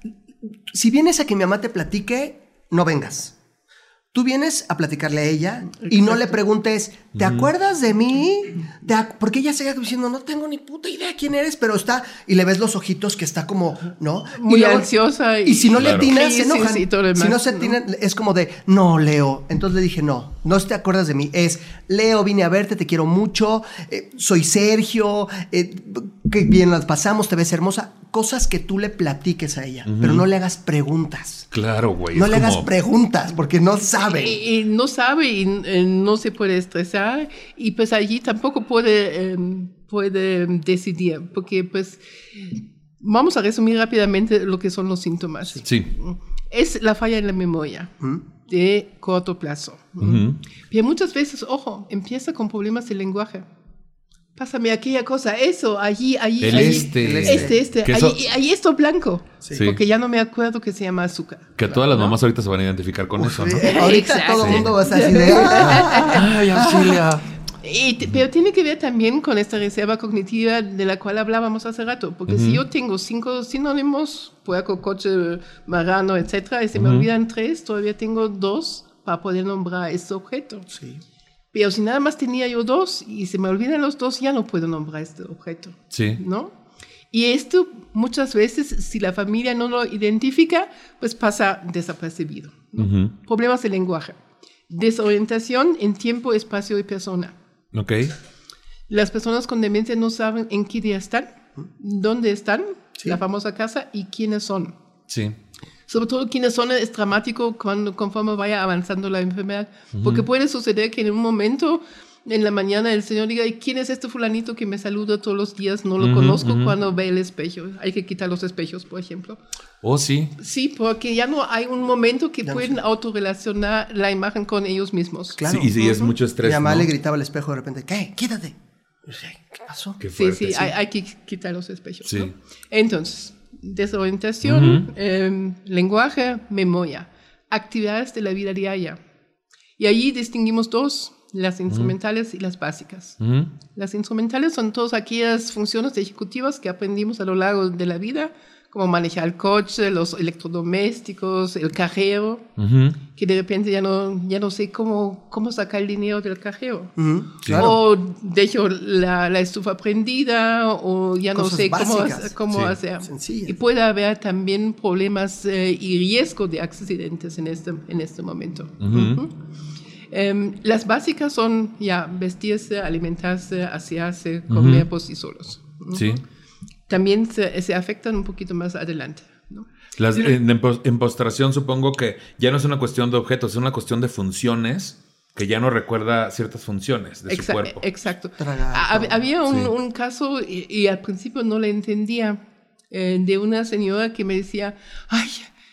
si vienes a que mi mamá te platique, no vengas. Tú vienes a platicarle a ella. Exacto. Y no le preguntes, ¿te uh-huh. acuerdas de mí? ¿Te ac-? Porque ella sigue diciendo, no tengo ni puta idea quién eres, pero está, y le ves los ojitos que está como, ¿no? Muy y luego, ansiosa. Y, y si no claro. le atinas, sí, se enojan. Sí, sí, todo si no se atinan, ¿no? Es como de, no, Leo. Entonces le dije, no, no te acuerdas de mí. Es, Leo, vine a verte, te quiero mucho, eh, soy Sergio, eh, que bien las pasamos, te ves hermosa. Cosas que tú le platiques a ella, uh-huh. pero no le hagas preguntas. Claro, güey. No le como... hagas preguntas porque no sabe. Y, y no sabe y eh, no se puede estresar y pues allí tampoco puede, eh, puede decidir porque pues vamos a resumir rápidamente lo que son los síntomas. Sí. Es la falla en la memoria ¿Mm? de corto plazo. Uh-huh. Pero muchas veces, ojo, empieza con problemas de lenguaje. Pásame aquella cosa, eso, allí, allí, el allí. Este. El este, este. Allí, eso... allí esto blanco. Sí. Porque ya no me acuerdo que se llama azúcar. Que todas las mamás ¿no? ahorita se van a identificar con Uf, eso, ¿no? Ahorita Exacto. todo el mundo va a estar así de... ¡Ay, auxilia! Y, pero tiene que ver también con esta reserva cognitiva de la cual hablábamos hace rato. Porque uh-huh. si yo tengo cinco sinónimos, puerco, coche, marrano, etcétera, y se uh-huh. me olvidan tres, todavía tengo dos para poder nombrar este objeto. Sí. Pero si nada más tenía yo dos y se me olvidan los dos, ya no puedo nombrar este objeto. Sí. ¿No? Y esto muchas veces, si la familia no lo identifica, pues pasa desapercibido. ¿no? Uh-huh. Problemas de lenguaje. Desorientación en tiempo, espacio y persona. Ok. Las personas con demencia no saben en qué día están, dónde están, sí. la famosa casa y quiénes son. Sí. Sobre todo quiénes son es dramático cuando, conforme vaya avanzando la enfermedad. Uh-huh. Porque puede suceder que en un momento, en la mañana, el señor diga, ¿y quién es este fulanito que me saluda todos los días? No lo uh-huh, conozco uh-huh. cuando ve el espejo. Hay que quitar los espejos, por ejemplo. Oh, sí. Sí, porque ya no hay un momento que ya pueden sí. autorrelacionar la imagen con ellos mismos. Claro. Sí, y sí, uh-huh. es mucho estrés, Mi mamá ¿no? le gritaba al espejo de repente, ¿qué? Quítate. ¿Qué pasó? Qué fuerte, sí, sí, sí. Hay, hay que quitar los espejos. Sí. ¿no? Entonces... desorientación, uh-huh. eh, lenguaje, memoria, actividades de la vida diaria. Y allí distinguimos dos, las instrumentales uh-huh. y las básicas. Uh-huh. Las instrumentales son todas aquellas funciones ejecutivas que aprendimos a lo largo de la vida, como manejar el coche, los electrodomésticos, el cajero, Ujú. que de repente ya no, ya no sé cómo, cómo sacar el dinero del cajero. Ujú, claro. O dejo la, la estufa prendida, o ya no Cosas sé cómo, básicas. cómo Sí. hacer. Sencillas. Y puede haber también problemas eh, y riesgo de accidentes en este, en este momento. Ujú. Ujú. Em, las básicas son ya vestirse, alimentarse, asearse, comer Ujú. por sí solos. Ujú. Sí. También se, se afectan un poquito más adelante, ¿no? Las, en, en pos- en postración supongo que ya no es una cuestión de objetos, es una cuestión de funciones que ya no recuerda ciertas funciones de Exa- su cuerpo. Exacto. Tragar, Ha- todo. Había un, Sí. un caso, y, y al principio no le entendía, eh, de una señora que me decía, ay,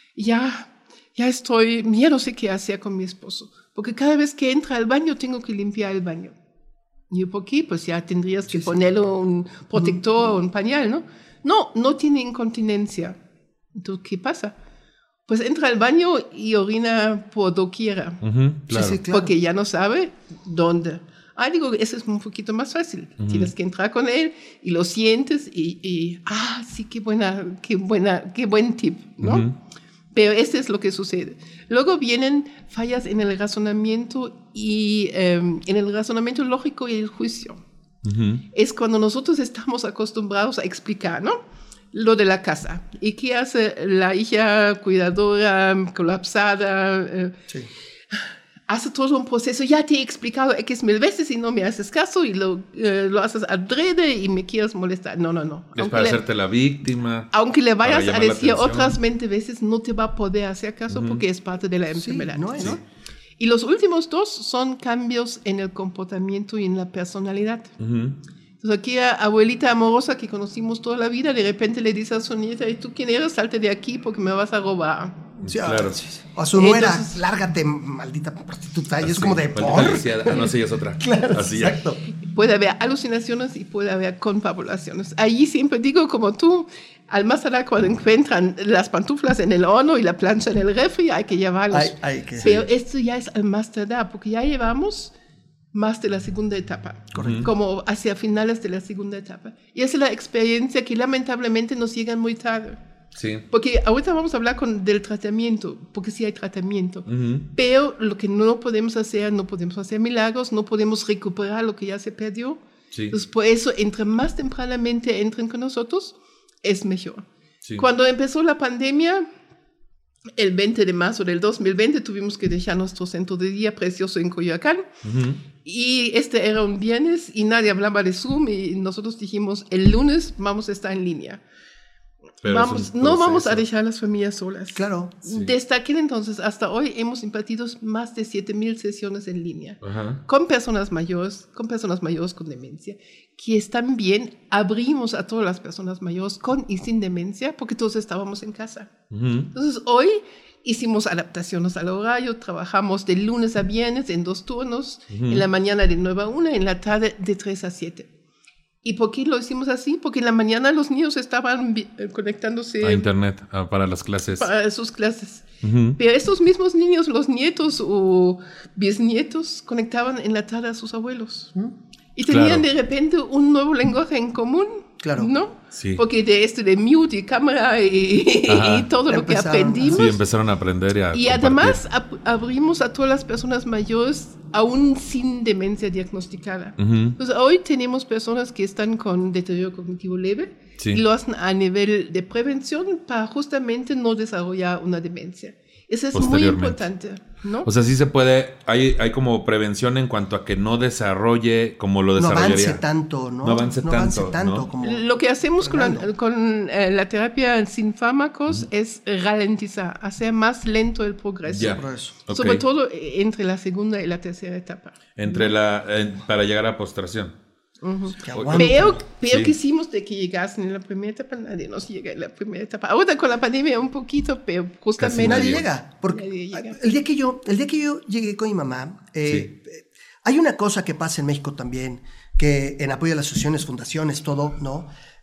ya, ya estoy, ya no sé qué hacer con mi esposo, porque cada vez que entra al baño tengo que limpiar el baño. Y yo, ¿por qué? Pues ya tendrías que Sí, sí. ponerle un protector o un pañal, ¿no? No, no tiene incontinencia. Entonces, ¿qué pasa? Pues entra al baño y orina por doquiera. Ujú, claro. Sí, sí, claro. Porque ya no sabe dónde. Ah, digo, eso es un poquito más fácil. Tienes que entrar con él y lo sientes y, y ah, sí, qué buena, qué buena, qué buen tip, ¿no? Ujú. Pero este es lo que sucede. Luego vienen fallas en el razonamiento y eh, en el razonamiento lógico y el juicio. Ujú. Es cuando nosotros estamos acostumbrados a explicar, ¿no? Lo de la casa. ¿Y qué hace la hija cuidadora, colapsada? Eh, Sí. hace todo un proceso, ya te he explicado X mil veces y no me haces caso y lo, eh, lo haces adrede y me quieres molestar. No, no, no. Es Aunque para le- hacerte la víctima. Aunque le vayas para a llamar la decir atención. otras veinte veces, no te va a poder hacer caso porque es parte de la Sí, enfermedad. no hay, ¿no? Y los últimos dos son cambios en el comportamiento y en la personalidad. Ujú. Entonces aquí a abuelita amorosa que conocimos toda la vida, de repente le dice a su nieta, ¿y tú quién eres? Salte de aquí porque me vas a robar. Sí, Claro. ah, sí, sí. O a su nuera, Entonces- lárgate, maldita prostituta. Y es Así, como de maldita por. felicidad. Ah, no, sí, es otra. Claro, Así ya. exacto. Puede haber alucinaciones y puede haber confabulaciones. Allí siempre digo, como tú, al más allá cuando encuentran las pantuflas en el horno y la plancha en el refri, hay que llevarlos. Hay- hay que- Pero esto ya es al más tardar, porque ya llevamos más de la segunda etapa, como hacia finales de la segunda etapa. Y esa es la experiencia que lamentablemente nos llega muy tarde. Sí. Porque ahorita vamos a hablar con, del tratamiento, porque sí hay tratamiento. Ujú. Pero lo que no podemos hacer, no podemos hacer milagros, no podemos recuperar lo que ya se perdió. Sí. Entonces, por eso, entre más tempranamente entren con nosotros, es mejor. Sí. Cuando empezó la pandemia, el veinte de marzo del dos mil veinte, tuvimos que dejar nuestro centro de día precioso en Coyoacán. Ujú. Y este era un viernes y nadie hablaba de Zoom y nosotros dijimos, el lunes vamos a estar en línea. Pero Vamos, es un no vamos a proceso. dejar a las familias solas. Claro. Sí. Desde aquel entonces hasta hoy hemos impartido más de siete mil sesiones en línea Ajá. con personas mayores, con personas mayores con demencia, que están bien, abrimos a todas las personas mayores con y sin demencia, porque todos estábamos en casa. Ujú. Entonces hoy hicimos adaptaciones al horario, trabajamos de lunes a viernes en dos turnos, en la mañana de nueve a una, en la tarde de tres a siete. ¿Y por qué lo hicimos así? Porque en la mañana los niños estaban vi- eh, conectándose A internet, ah, para las clases. para sus clases. Ujú. Pero estos mismos niños, los nietos o bisnietos, conectaban en la tarde a sus abuelos. Y tenían Claro. de repente un nuevo lenguaje en común. Claro. ¿No? Sí. Porque de esto de mute y cámara y, Ajá. y todo lo que Empezaron, aprendimos. Sí, empezaron a aprender y a Y compartir. además ab- abrimos a todas las personas mayores aún sin demencia diagnosticada. Ujú. Entonces, hoy tenemos personas que están con deterioro cognitivo leve Sí. y lo hacen a nivel de prevención para justamente no desarrollar una demencia. Eso es muy Posteriormente. importante, ¿no? O sea, sí se puede, hay, hay como prevención en cuanto a que no desarrolle como lo No desarrollaría. avance tanto, ¿no? No avance tanto, ¿no? como... Lo que hacemos con, la, Fernando. con eh, la terapia sin fármacos es ralentizar, hacer más lento el progreso. Ya. Por eso. Ok. Sobre todo eh, entre la segunda y la tercera etapa. Entre la, en- para llegar a postración. Que aguante. Pero, pero Sí. quisimos de que llegasen en la primera etapa, nadie nos llega en la primera etapa. Ahora con la pandemia un poquito, pero justamente... Nadie Nadie. llega. Porque Nadie llega. el día que yo, el día que yo llegué con mi mamá, eh, eh, hay una cosa que pasa en México también, que en apoyo a las asociaciones, fundaciones, todo, ¿no?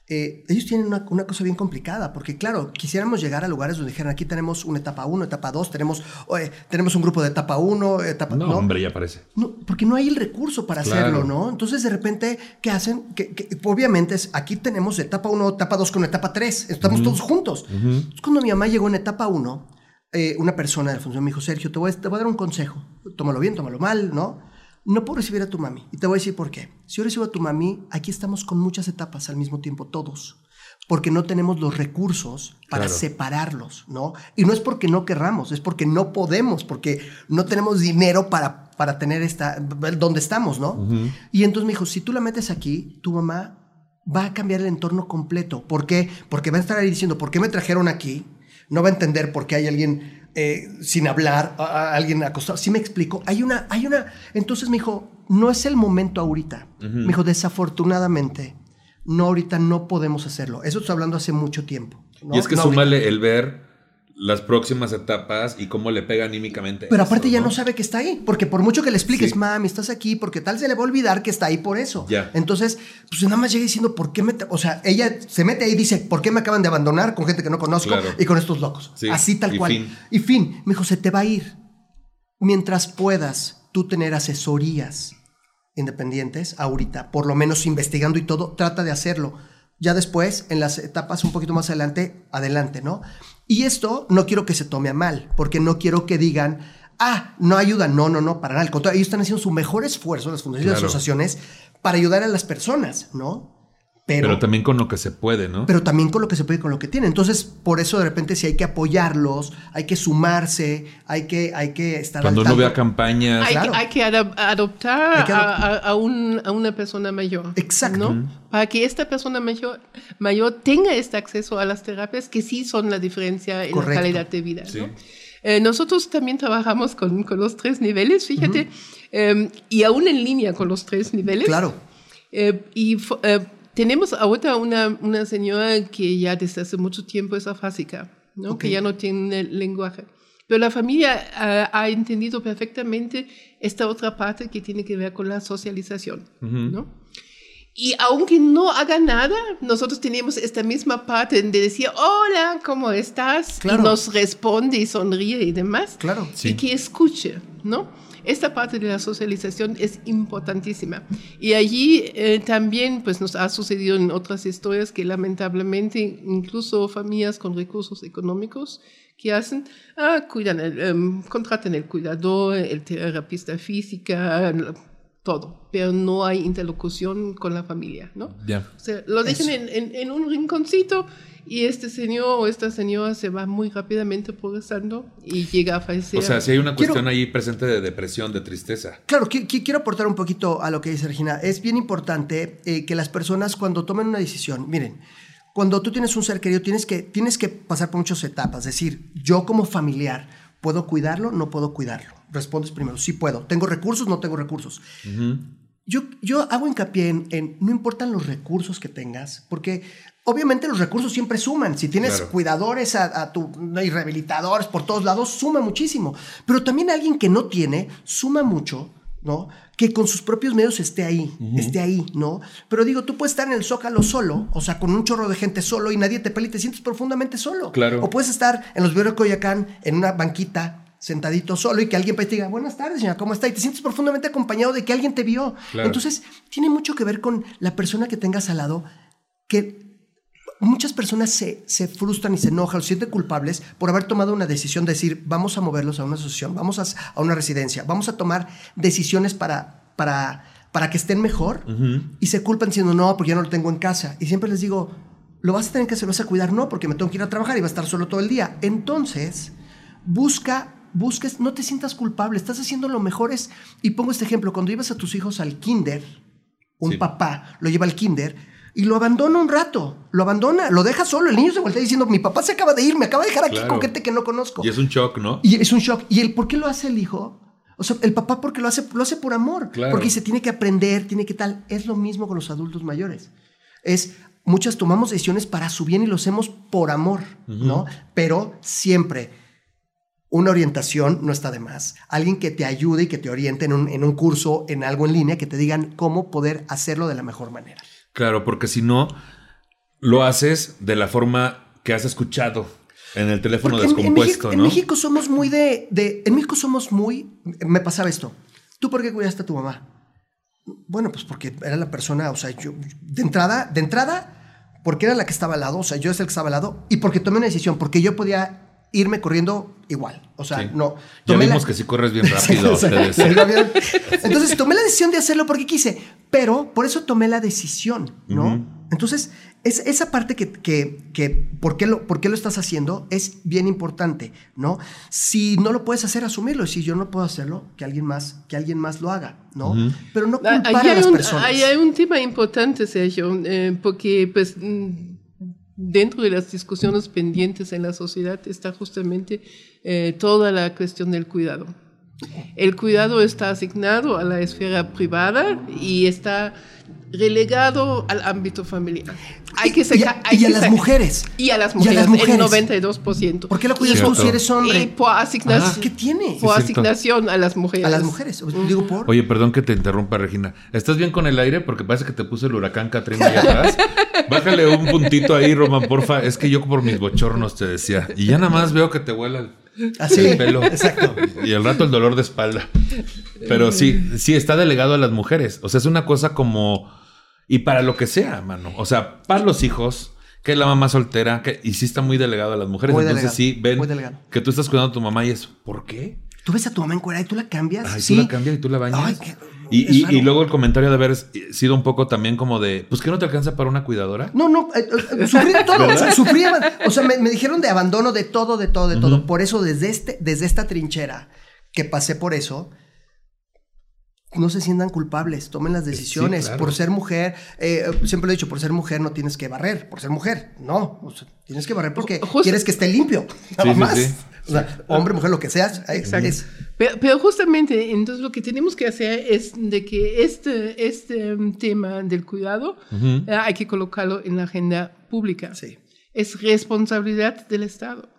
Eh, ellos tienen una, una cosa bien complicada, porque claro, quisiéramos llegar a lugares donde dijeran, aquí tenemos una etapa uno, etapa dos, tenemos, eh, tenemos un grupo de etapa uno, etapa... No, no, hombre, ya parece. No, porque no hay el recurso para Claro. hacerlo, ¿no? Entonces, de repente, ¿qué hacen? Que, que, obviamente, es, aquí tenemos etapa uno, etapa dos con etapa tres, estamos uh-huh. todos juntos. Uh-huh. Entonces, cuando mi mamá llegó en etapa uno, eh, una persona de la función me dijo, Sergio, te voy, a, te voy a dar un consejo, tómalo bien, tómalo mal, ¿no? No puedo recibir a tu mami, y te voy a decir por qué. Si yo recibo a tu mami, aquí estamos con muchas etapas al mismo tiempo, todos. Porque no tenemos los recursos para claro. separarlos, ¿no? Y no es porque no querramos, es porque no podemos, porque no tenemos dinero para, para tener esta, donde estamos, ¿no? Uh-huh. Y entonces me dijo, si tú la metes aquí, tu mamá va a cambiar el entorno completo. ¿Por qué? Porque va a estar ahí diciendo, ¿por qué me trajeron aquí? No va a entender por qué hay alguien eh, sin hablar, a, a alguien acostado. ¿Sí me explico? Hay una, hay una... Entonces me dijo, no es el momento ahorita. Uh-huh. Me dijo, desafortunadamente... No, ahorita no podemos hacerlo. Eso estoy hablando hace mucho tiempo, ¿no? Y es que no, súmale ahorita. el ver las próximas etapas y cómo le pega anímicamente. Pero aparte eso, ya ¿no? no sabe que está ahí. Porque por mucho que le expliques, sí. mami, estás aquí, porque tal se le va a olvidar que está ahí por eso. Ya. Entonces, pues nada más llega diciendo, ¿por qué me...? O sea, ella se mete ahí y dice, ¿por qué me acaban de abandonar con gente que no conozco claro. y con estos locos? Sí. Así tal y cual. Fin. Y fin. Me dijo, se te va a ir. Mientras puedas tú tener asesorías independientes, ahorita, por lo menos investigando y todo, trata de hacerlo. Ya después, en las etapas un poquito más adelante, adelante, ¿no? Y esto no quiero que se tome a mal, porque no quiero que digan, ah, no ayuda. No, no, no, para nada. Al contrario, ellos están haciendo su mejor esfuerzo, las fundaciones y las asociaciones, para ayudar a las personas, ¿no? Pero, pero también con lo que se puede, ¿no? Pero también con lo que se puede, con lo que tienen. Entonces, por eso de repente sí hay que apoyarlos, hay que sumarse, hay que, hay que estar Cuando uno vea campañas. Hay, claro. hay que adop- adoptar, hay que adop- a, a, a, un, a una persona mayor. Exacto. ¿no? Uh-huh. Para que esta persona mayor, mayor tenga este acceso a las terapias que sí son la diferencia en Correcto. La calidad de vida. Sí. ¿no? Eh, nosotros también trabajamos con, con los tres niveles, fíjate, uh-huh. eh, y aún en línea con los tres niveles. Claro. Eh, y eh, tenemos ahora una, una señora que ya desde hace mucho tiempo es afásica, ¿no? Okay. Que ya no tiene el lenguaje. Pero la familia uh, ha entendido perfectamente esta otra parte que tiene que ver con la socialización, uh-huh. ¿no? Y aunque no haga nada, nosotros tenemos esta misma parte de decir, hola, ¿cómo estás? Claro. Y nos responde y sonríe y demás. Claro. Sí. Y que escuche, ¿no? Esta parte de la socialización es importantísima. Y allí eh, también pues, nos ha sucedido en otras historias que lamentablemente incluso familias con recursos económicos que hacen, ah, cuidan el, um, contratan el cuidador, el terapista física, todo, pero no hay interlocución con la familia, ¿no? Yeah. O sea, lo dejan en, en, en un rinconcito y este señor o esta señora se va muy rápidamente progresando y llega a fallecer. O sea, si hay una cuestión quiero, ahí presente de depresión, de tristeza. Claro, qu- qu- quiero aportar un poquito a lo que dice Regina. Es bien importante eh, que las personas cuando tomen una decisión, miren, cuando tú tienes un ser querido tienes que, tienes que pasar por muchas etapas. Es decir, yo como familiar, ¿puedo cuidarlo? No puedo cuidarlo. Respondes primero, sí puedo. ¿Tengo recursos? No tengo recursos. Uh-huh. Yo, yo hago hincapié en, en, no importan los recursos que tengas, porque obviamente los recursos siempre suman. Si tienes claro. cuidadores a, a tu, y rehabilitadores por todos lados, suma muchísimo. Pero también alguien que no tiene, suma mucho, ¿no? Que con sus propios medios esté ahí, uh-huh. esté ahí, ¿no? Pero digo, tú puedes estar en el Zócalo solo, o sea, con un chorro de gente solo y nadie te pela y te sientes profundamente solo. Claro. O puedes estar en los Viveros de Coyoacán en una banquita sentadito solo y que alguien te diga, buenas tardes, señora, ¿cómo está? Y te sientes profundamente acompañado de que alguien te vio. Claro. Entonces, tiene mucho que ver con la persona que tengas al lado, que muchas personas se, se frustran y se enojan, se sienten culpables por haber tomado una decisión de decir, vamos a moverlos a una asociación, vamos a, a una residencia, vamos a tomar decisiones para, para, para que estén mejor, uh-huh. y se culpan diciendo, no, porque ya no lo tengo en casa. Y siempre les digo, lo vas a tener que hacer, lo vas a cuidar, no, porque me tengo que ir a trabajar y va a estar solo todo el día. Entonces, busca... busques, no te sientas culpable, estás haciendo lo mejor. Es, y pongo este ejemplo, cuando llevas a tus hijos al kinder, un sí. papá lo lleva al kinder y lo abandona un rato, lo abandona, lo deja solo, el niño se voltea diciendo, mi papá se acaba de ir, me acaba de dejar aquí claro. con gente que no conozco. Y es un shock, ¿no? Y es un shock. ¿Y el por qué lo hace el hijo? O sea, el papá porque lo hace, lo hace por amor, claro. porque se tiene que aprender, tiene que tal. Es lo mismo con los adultos mayores. Es... Muchas tomamos decisiones para su bien y lo hacemos por amor, uh-huh. ¿no? Pero siempre... una orientación no está de más. Alguien que te ayude y que te oriente en un, en un curso, en algo en línea, que te digan cómo poder hacerlo de la mejor manera. Claro, porque si no, lo haces de la forma que has escuchado en el teléfono Porque descompuesto, en, ¿no? En México somos muy de, de... En México somos muy... Me pasaba esto. ¿Tú por qué cuidaste a tu mamá? Bueno, pues porque era la persona, o sea, yo... De entrada, de entrada, porque era la que estaba al lado, o sea, yo es el que estaba al lado, y porque tomé una decisión, porque yo podía irme corriendo igual. O sea, Sí. no. Ya tomé vimos la... que si corres bien rápido. Sí, te sí, des- entonces tomé la decisión de hacerlo porque quise, pero por eso tomé la decisión, ¿no? Ujú. Entonces, es, esa parte que, que, que ¿por, qué lo, ¿por qué lo estás haciendo? Es bien importante, ¿no? Si no lo puedes hacer, asumirlo. Si yo no puedo hacerlo, que alguien más, que alguien más lo haga, ¿no? Ujú. Pero no Ahí culpar a hay, las un, personas. ahí hay un tema importante, Sergio, eh, porque pues mm, dentro de las discusiones pendientes en la sociedad está justamente eh, toda la cuestión del cuidado. El cuidado está asignado a la esfera privada y está relegado al ámbito familiar. Hay que Y- y a- sacar, hay y a que las sacar- mujeres. Y a las Y a mujeres, las mujeres. el noventa y dos por ciento. ¿Por qué lo cuidas Cierto. tú si eres Y hombre? por asignación, Ah, ¿qué tiene? por Sí, es cierto. asignación a las mujeres. A las mujeres. Digo, por... Oye, perdón que te interrumpa, Regina. ¿Estás bien con el aire? Porque parece que te puso el huracán Katrina allá atrás. Bájale un puntito ahí, Roman, porfa. Es que yo por mis bochornos te decía. Y ya nada más veo que te vuela el, Así, el pelo. exacto. Y al rato el dolor de espalda. Pero sí, sí, está delegado a las mujeres. O sea, es una cosa como... Y para lo que sea, mano. O sea, para los hijos, que es la mamá soltera, que y sí está muy delegado a las mujeres. Muy Entonces delegado, sí, ven muy delegado. que tú estás cuidando a tu mamá y es, ¿por qué? Tú ves a tu mamá encuerada y tú la cambias. Ay, sí. tú la cambias y tú la bañas. Ay, qué- y, es y- raro. y luego el comentario de haber sido un poco también como de, pues que no te alcanza para una cuidadora. No, no, eh, eh, sufrí de todo, ¿Verdad? sufrí, o sea, me, me dijeron de abandono de todo, de todo, de todo. Por eso, desde, este, desde esta trinchera que pasé por eso, no se sientan culpables, tomen las decisiones. Sí, claro. Por ser mujer, eh, siempre lo he dicho, por ser mujer no tienes que barrer, por ser mujer, no, o sea, tienes que barrer porque Justo- quieres que esté limpio, nada Sí, sí, más. sí. O sea, hombre, mujer, lo que seas, ahí Exacto. es. Pero, pero justamente, entonces lo que tenemos que hacer es de que este, este um, tema del cuidado Ujú. eh, hay que colocarlo en la agenda pública. Sí. Es responsabilidad del Estado.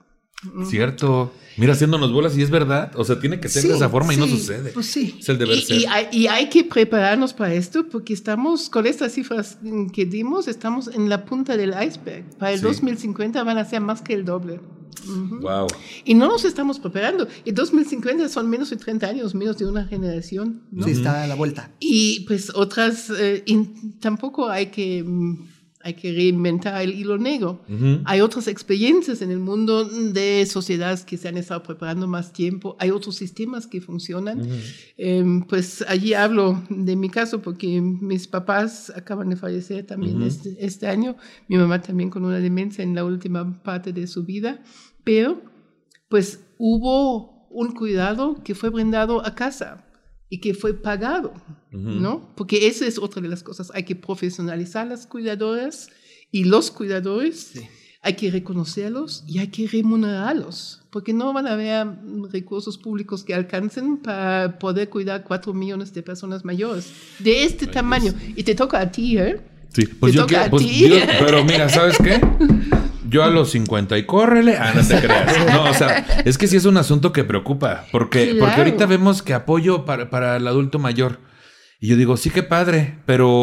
Cierto. Mira, haciéndonos bolas y es verdad. O sea, tiene que ser Sí, de esa forma y no sí, sucede. pues sí. Es el deber Y, ser. y hay, y hay que prepararnos para esto porque estamos, con estas cifras que dimos, estamos en la punta del iceberg. Para el Sí. dos mil cincuenta van a ser más que el doble. Wow. Y no nos estamos preparando. El dos mil cincuenta son menos de treinta años, menos de una generación, ¿no? Sí, está a la vuelta. Y pues otras, eh, y tampoco hay que, mm, hay que reinventar el hilo negro. Ujú. Hay otras experiencias en el mundo de sociedades que se han estado preparando más tiempo. Hay otros sistemas que funcionan. Eh, pues allí hablo de mi caso porque mis papás acaban de fallecer también Ujú. este, este año. Mi mamá también con una demencia en la última parte de su vida. Pero pues hubo un cuidado que fue brindado a casa y que fue pagado, Ujú. ¿no? Porque esa es otra de las cosas. Hay que profesionalizar las cuidadoras y los cuidadores. Sí. Hay que reconocerlos y hay que remunerarlos, porque no van a haber mm, recursos públicos que alcancen para poder cuidar cuatro millones de personas mayores de este Ay, tamaño. Dios. Y te toca a ti, ¿eh? Sí, pues Te yo toca quiero. a Pues ti. yo- pero mira, ¿sabes qué? Yo a los cincuenta y córrele. Ah, no te creas. No, o sea, es que sí es un asunto que preocupa. Porque, Claro. porque ahorita vemos que apoyo para, para el adulto mayor. Y yo digo, sí que padre,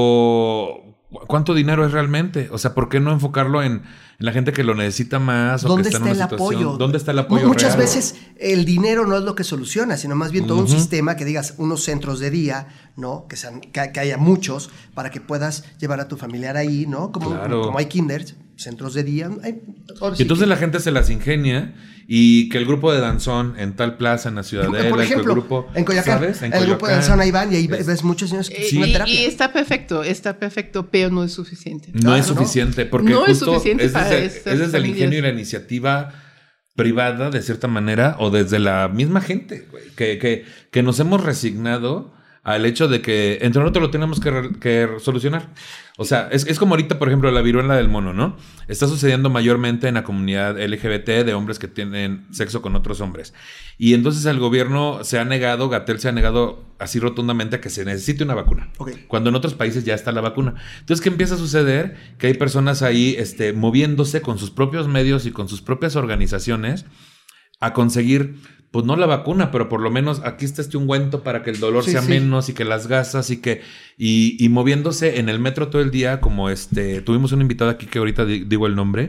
pero ¿cuánto dinero es realmente? O sea, ¿por qué no enfocarlo en, en la gente que lo necesita más? O que ¿Dónde está, está en el una situación? apoyo? ¿Dónde está el apoyo Muchas real? veces el dinero no es lo que soluciona, sino más bien todo un Ujú. sistema que digas unos centros de día, ¿no? Que, sean, que, que haya muchos para que puedas llevar a tu familiar ahí, ¿no? Como, Claro. como hay kinders, centros de día. Hay, ahora Y sí entonces que- la gente se las ingenia y que el grupo de danzón en tal plaza, en la Ciudadela, por ejemplo, que el grupo, en Coyoacán, ¿sabes? En el grupo de Coyoacán. danzón ahí van y ahí Es- ves muchos niños Eh, sin una y, terapia. y está perfecto, está perfecto, pero no es suficiente. No es Claro, ¿no? suficiente, porque No es justo suficiente es para desde, estas es desde el familias. ingenio y la iniciativa privada, de cierta manera, o desde la misma gente, güey, que, que, que nos hemos resignado al hecho de que entre nosotros lo tenemos que, re- que solucionar. O sea, es, es como ahorita, por ejemplo, la viruela del mono, ¿no? Está sucediendo mayormente en la comunidad L G B T de hombres que tienen sexo con otros hombres. Y entonces el gobierno se ha negado, Gatell se ha negado así rotundamente a que se necesite una vacuna. Ok. Cuando en otros países ya está la vacuna. Entonces, ¿qué empieza a suceder? Que hay personas ahí este, moviéndose con sus propios medios y con sus propias organizaciones a conseguir pues no la vacuna, pero por lo menos aquí está este ungüento para que el dolor sí, sea sí. menos y que las gasas y que... Y, y moviéndose en el metro todo el día, como este... Tuvimos un invitado aquí que ahorita di, digo el nombre,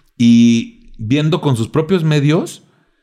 y viendo con sus propios medios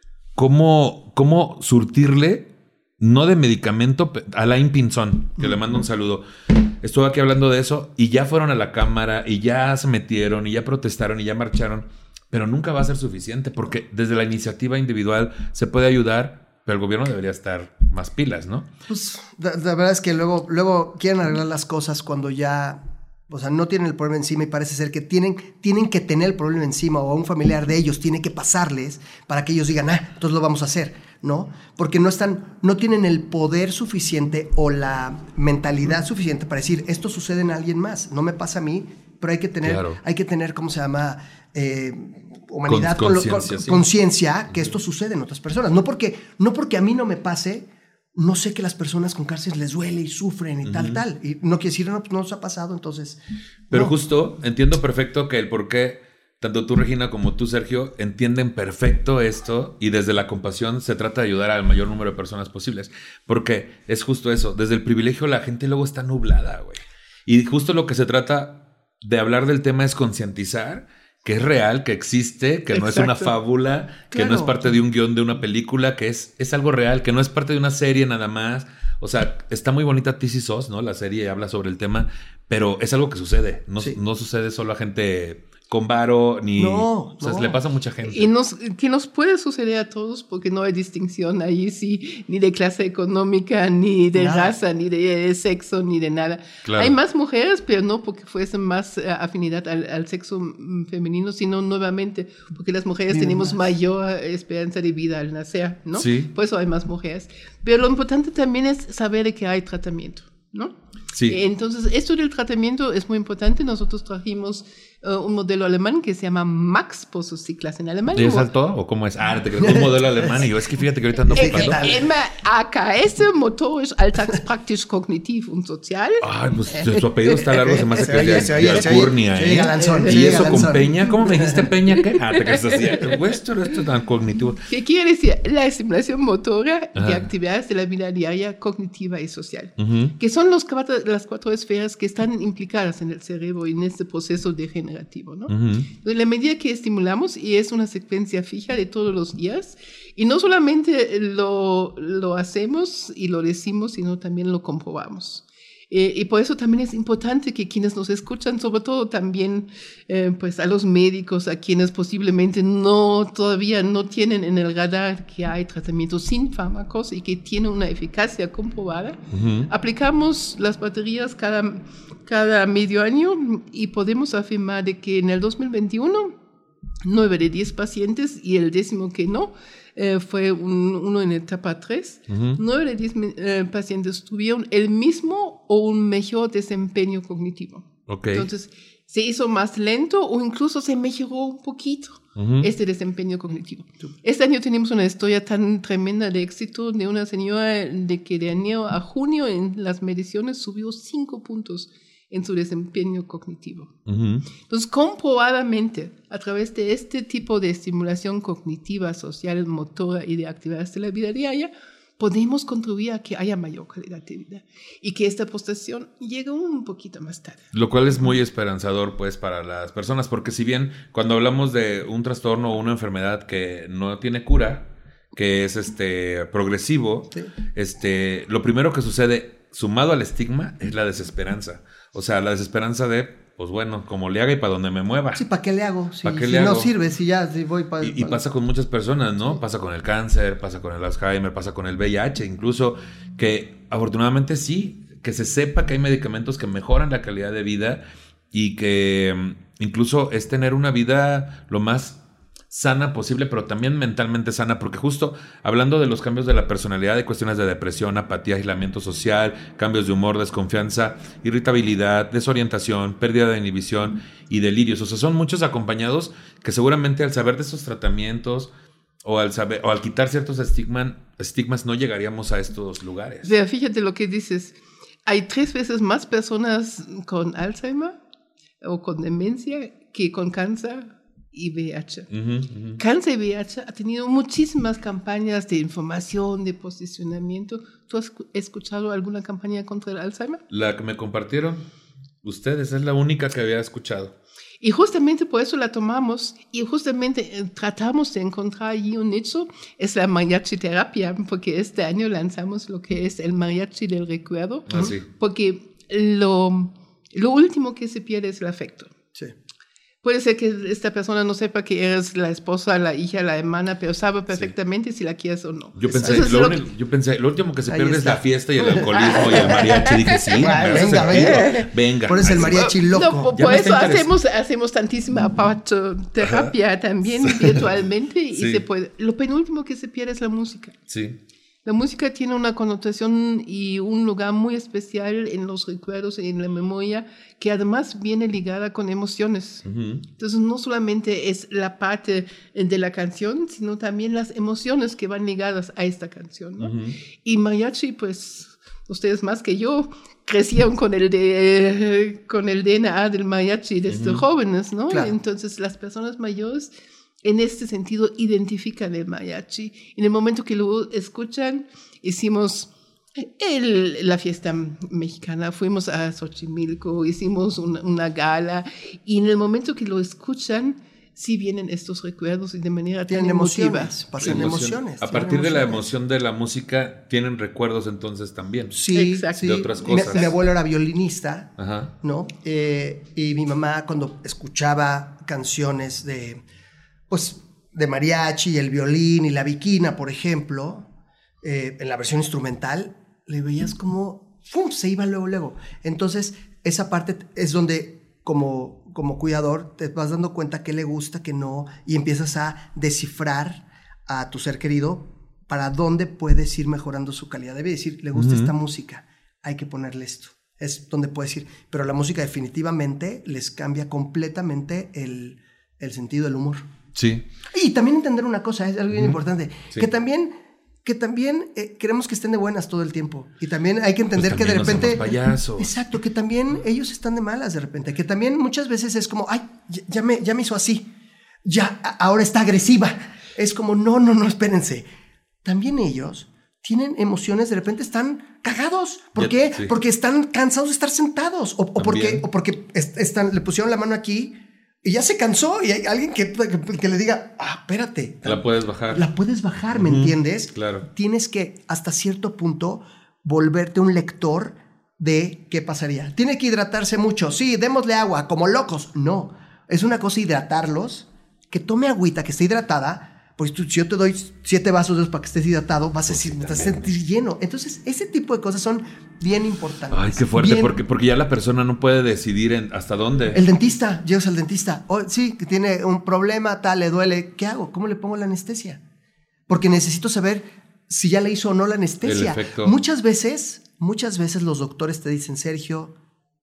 cómo, cómo surtirle, no de medicamento, a Alain Pinzón, que le mando un saludo. Estuvo aquí hablando de eso y ya fueron a la cámara y ya se metieron y ya protestaron y ya marcharon. Pero nunca va a ser suficiente porque desde la iniciativa individual se puede ayudar, pero el gobierno debería estar más pilas, ¿no? Pues la, la verdad es que luego, luego quieren arreglar las cosas cuando ya, o sea, no tienen el problema encima y parece ser que tienen, tienen que tener el problema encima o a un familiar de ellos tiene que pasarles para que ellos digan, ah, entonces lo vamos a hacer, ¿no? Porque no están, no tienen el poder suficiente o la mentalidad suficiente para decir, esto sucede en alguien más, no me pasa a mí, pero hay que tener, claro. hay que tener, ¿cómo se llama? Eh, humanidad, con, conciencia, con, con, sí. que esto sucede en otras personas. No porque, no porque a mí no me pase, no sé que las personas con cáncer les duele y sufren y uh-huh. tal, tal. Y no quiere decir, no, no nos ha pasado, entonces... Pero no. justo, entiendo perfecto que el por qué, tanto tú, Regina, como tú, Sergio, entienden perfecto esto y desde la compasión se trata de ayudar al mayor número de personas posibles. Porque es justo eso, desde el privilegio la gente luego está nublada, güey. Y justo lo que se trata de hablar del tema es concientizar que es real, que existe, que Exacto. no es una fábula, que claro. no es parte de un guión de una película, que es, es algo real, que no es parte de una serie nada más. O sea, está muy bonita This Is Us, ¿no? La serie habla sobre el tema, pero es algo que sucede. No, sí. no sucede solo a gente con varo, ni... No, o sea, no. le pasa a mucha gente. Y nos, que nos puede suceder a todos porque no hay distinción ahí, sí, ni de clase económica, ni de nada. raza, ni de sexo, ni de nada. Claro. Hay más mujeres, pero no porque fuese más uh, afinidad al, al sexo femenino, sino nuevamente porque las mujeres Bien tenemos más. mayor esperanza de vida al nacer, ¿no? Sí. Por eso hay más mujeres. Pero lo importante también es saber que hay tratamiento, ¿no? Sí. Entonces, esto del tratamiento es muy importante. Nosotros trajimos uh, un modelo alemán que se llama Max por sus siglas en alemán. ¿Es alto o cómo es? Ah, te creo un modelo alemán y yo es que fíjate que ahorita ando ocupando. M A K S, motorisch, alltagspraktisch, kognitiv und sozial. Ay, pues su apellido está largo, se me hace que es de Alcurnia, ¿eh? Galanzón, y eso con Peña, ¿cómo me dijiste Peña? ¿Qué? Ah, te crees así. Esto, esto es tan cognitivo. ¿Qué quiere decir? La estimulación motora Ajá. de actividades de la vida diaria, cognitiva y social. Uh-huh. Que son los cuatro, las cuatro esferas que están implicadas en el cerebro y en este proceso degenerativo, ¿no? Uh-huh. Entonces, la medida que estimulamos, y es una secuencia fija de todos los días, y no solamente lo, lo hacemos y lo decimos, sino también lo comprobamos. Eh, y por eso también es importante que quienes nos escuchan, sobre todo también eh, pues a los médicos, a quienes posiblemente no, todavía no tienen en el radar que hay tratamientos sin fármacos y que tienen una eficacia comprobada. Uh-huh. Aplicamos las baterías cada, cada medio año y podemos afirmar de que en el dos mil veintiuno, nueve de diez pacientes y el décimo que no, Eh, fue un, uno en etapa tres, uh-huh. nueve de diez eh, pacientes tuvieron el mismo o un mejor desempeño cognitivo. Okay. Entonces, se hizo más lento o incluso se mejoró un poquito uh-huh. este desempeño cognitivo. Este año tenemos una historia tan tremenda de éxito de una señora de que de enero a junio en las mediciones subió cinco puntos en su desempeño cognitivo. Uh-huh. Entonces, comprobadamente, a través de este tipo de estimulación cognitiva, social, motora y de actividades de la vida diaria, podemos contribuir a que haya mayor calidad de vida y que esta postación llegue un poquito más tarde. Lo cual es muy esperanzador, pues, para las personas, porque si bien cuando hablamos de un trastorno o una enfermedad que no tiene cura, que es este progresivo, sí. este, lo primero que sucede, sumado al estigma, es la desesperanza. O sea, la desesperanza de, pues bueno, como le haga y para donde me mueva. Sí, ¿para qué le hago? Si, ¿Para qué si le no hago? sirve, si ya si voy para... Y, y pasa con muchas personas, ¿no? Sí. Pasa con el cáncer, pasa con el Alzheimer, pasa con el V I H, incluso que afortunadamente sí, que se sepa que hay medicamentos que mejoran la calidad de vida y que incluso es tener una vida lo más sana posible, pero también mentalmente sana, porque justo hablando de los cambios de la personalidad, de cuestiones de depresión, apatía, aislamiento social, cambios de humor, desconfianza, irritabilidad, desorientación, pérdida de inhibición y delirios. O sea, son muchos acompañados que seguramente al saber de estos tratamientos o al saber o al quitar ciertos estigmas, estigmas no llegaríamos a estos lugares. O sea, fíjate lo que dices. Hay tres veces más personas con Alzheimer o con demencia que con cáncer y V I H. Uh-huh, uh-huh. Cáncer y V I H ha tenido muchísimas campañas de información, de posicionamiento. ¿Tú has escuchado alguna campaña contra el Alzheimer? La que me compartieron ustedes es la única que había escuchado. Y justamente por eso la tomamos y justamente eh, tratamos de encontrar allí un nicho, es la mariachi terapia, porque este año lanzamos lo que es el mariachi del recuerdo, Ah, sí. porque lo, lo último que se pierde es el afecto. Sí. Puede ser que esta persona no sepa que eres la esposa, la hija, la hermana, pero sabe perfectamente sí. si la quieres o no. Yo pensé, Eso es lo lo único, que- yo pensé, lo último que se Ahí pierde está. es la fiesta y el alcoholismo y el mariachi. Dije, sí, me hace Venga, sentido. venga. Venga. Por eso el mariachi loco. No, por, Ya por me eso está interes- hacemos, hacemos tantísima terapia también virtualmente y Sí. se puede. Lo penúltimo que se pierde es la música. Sí. La música tiene una connotación y un lugar muy especial en los recuerdos y en la memoria que además viene ligada con emociones. Uh-huh. Entonces no solamente es la parte de la canción, sino también las emociones que van ligadas a esta canción, ¿no? Uh-huh. Y mariachi, pues ustedes más que yo crecieron con el, de, con el D N A del mariachi desde Uh-huh. jóvenes, ¿no? Claro. Entonces las personas mayores en este sentido identifican el mariachi. En el momento que lo escuchan, hicimos el, la fiesta mexicana, fuimos a Xochimilco, hicimos una, una gala, y en el momento que lo escuchan, sí vienen estos recuerdos y de manera Tienen tan emotiva. emociones, pasan Emoción. emociones. A tienen partir de la emociones. emoción de la música, tienen recuerdos entonces también. Sí, Exacto. sí. De otras Mi- cosas. Mi, abuelo era violinista, Ajá. ¿no? Eh, y mi mamá cuando escuchaba canciones de, pues, de mariachi, el violín y la viquina, por ejemplo, eh, en la versión instrumental, le veías como, ¡pum!, se iba luego, luego. Entonces, esa parte es donde, como, como cuidador, te vas dando cuenta qué le gusta, qué no, y empiezas a descifrar a tu ser querido para dónde puedes ir mejorando su calidad de vida. Decir, le gusta Ujú. esta música, hay que ponerle esto. Es donde puedes ir. Pero la música definitivamente les cambia completamente el, el sentido del humor. Sí. Y también entender una cosa, es algo bien Ujú. importante, Sí. que también, que también eh, queremos que estén de buenas todo el tiempo. Y también hay que entender Pues que de también no repente... somos payasos. Exacto, que también ellos están de malas de repente. Que también muchas veces es como, ay, ya, ya me, ya me hizo así. Ya, a- ahora está agresiva. Es como, no, no, no, espérense. También ellos tienen emociones, de repente están cagados. ¿Por Ya- qué? sí. Porque están cansados de estar sentados. O, o porque, También. o porque est- están, le pusieron la mano aquí y ya se cansó. Y hay alguien que, que, que le diga, ah, espérate. La puedes bajar. La puedes bajar, ¿me Ujú, entiendes? claro. Tienes que, hasta cierto punto, volverte un lector de qué pasaría. Tiene que hidratarse mucho. Sí, démosle agua, como locos. No, es una cosa hidratarlos, que tome agüita, que esté hidratada. Pues tú, si yo te doy siete vasos de esos para que estés hidratado, vas a decir, vas a sentir lleno. Entonces, ese tipo de cosas son bien importantes. Ay, qué fuerte, Bien- porque, porque ya la persona no puede decidir en hasta dónde. El dentista, llegas al dentista. Oh, sí, que tiene un problema, tal, le duele. ¿Qué hago? ¿Cómo le pongo la anestesia? Porque necesito saber si ya le hizo o no la anestesia. El efecto. Muchas veces, muchas veces los doctores te dicen, Sergio,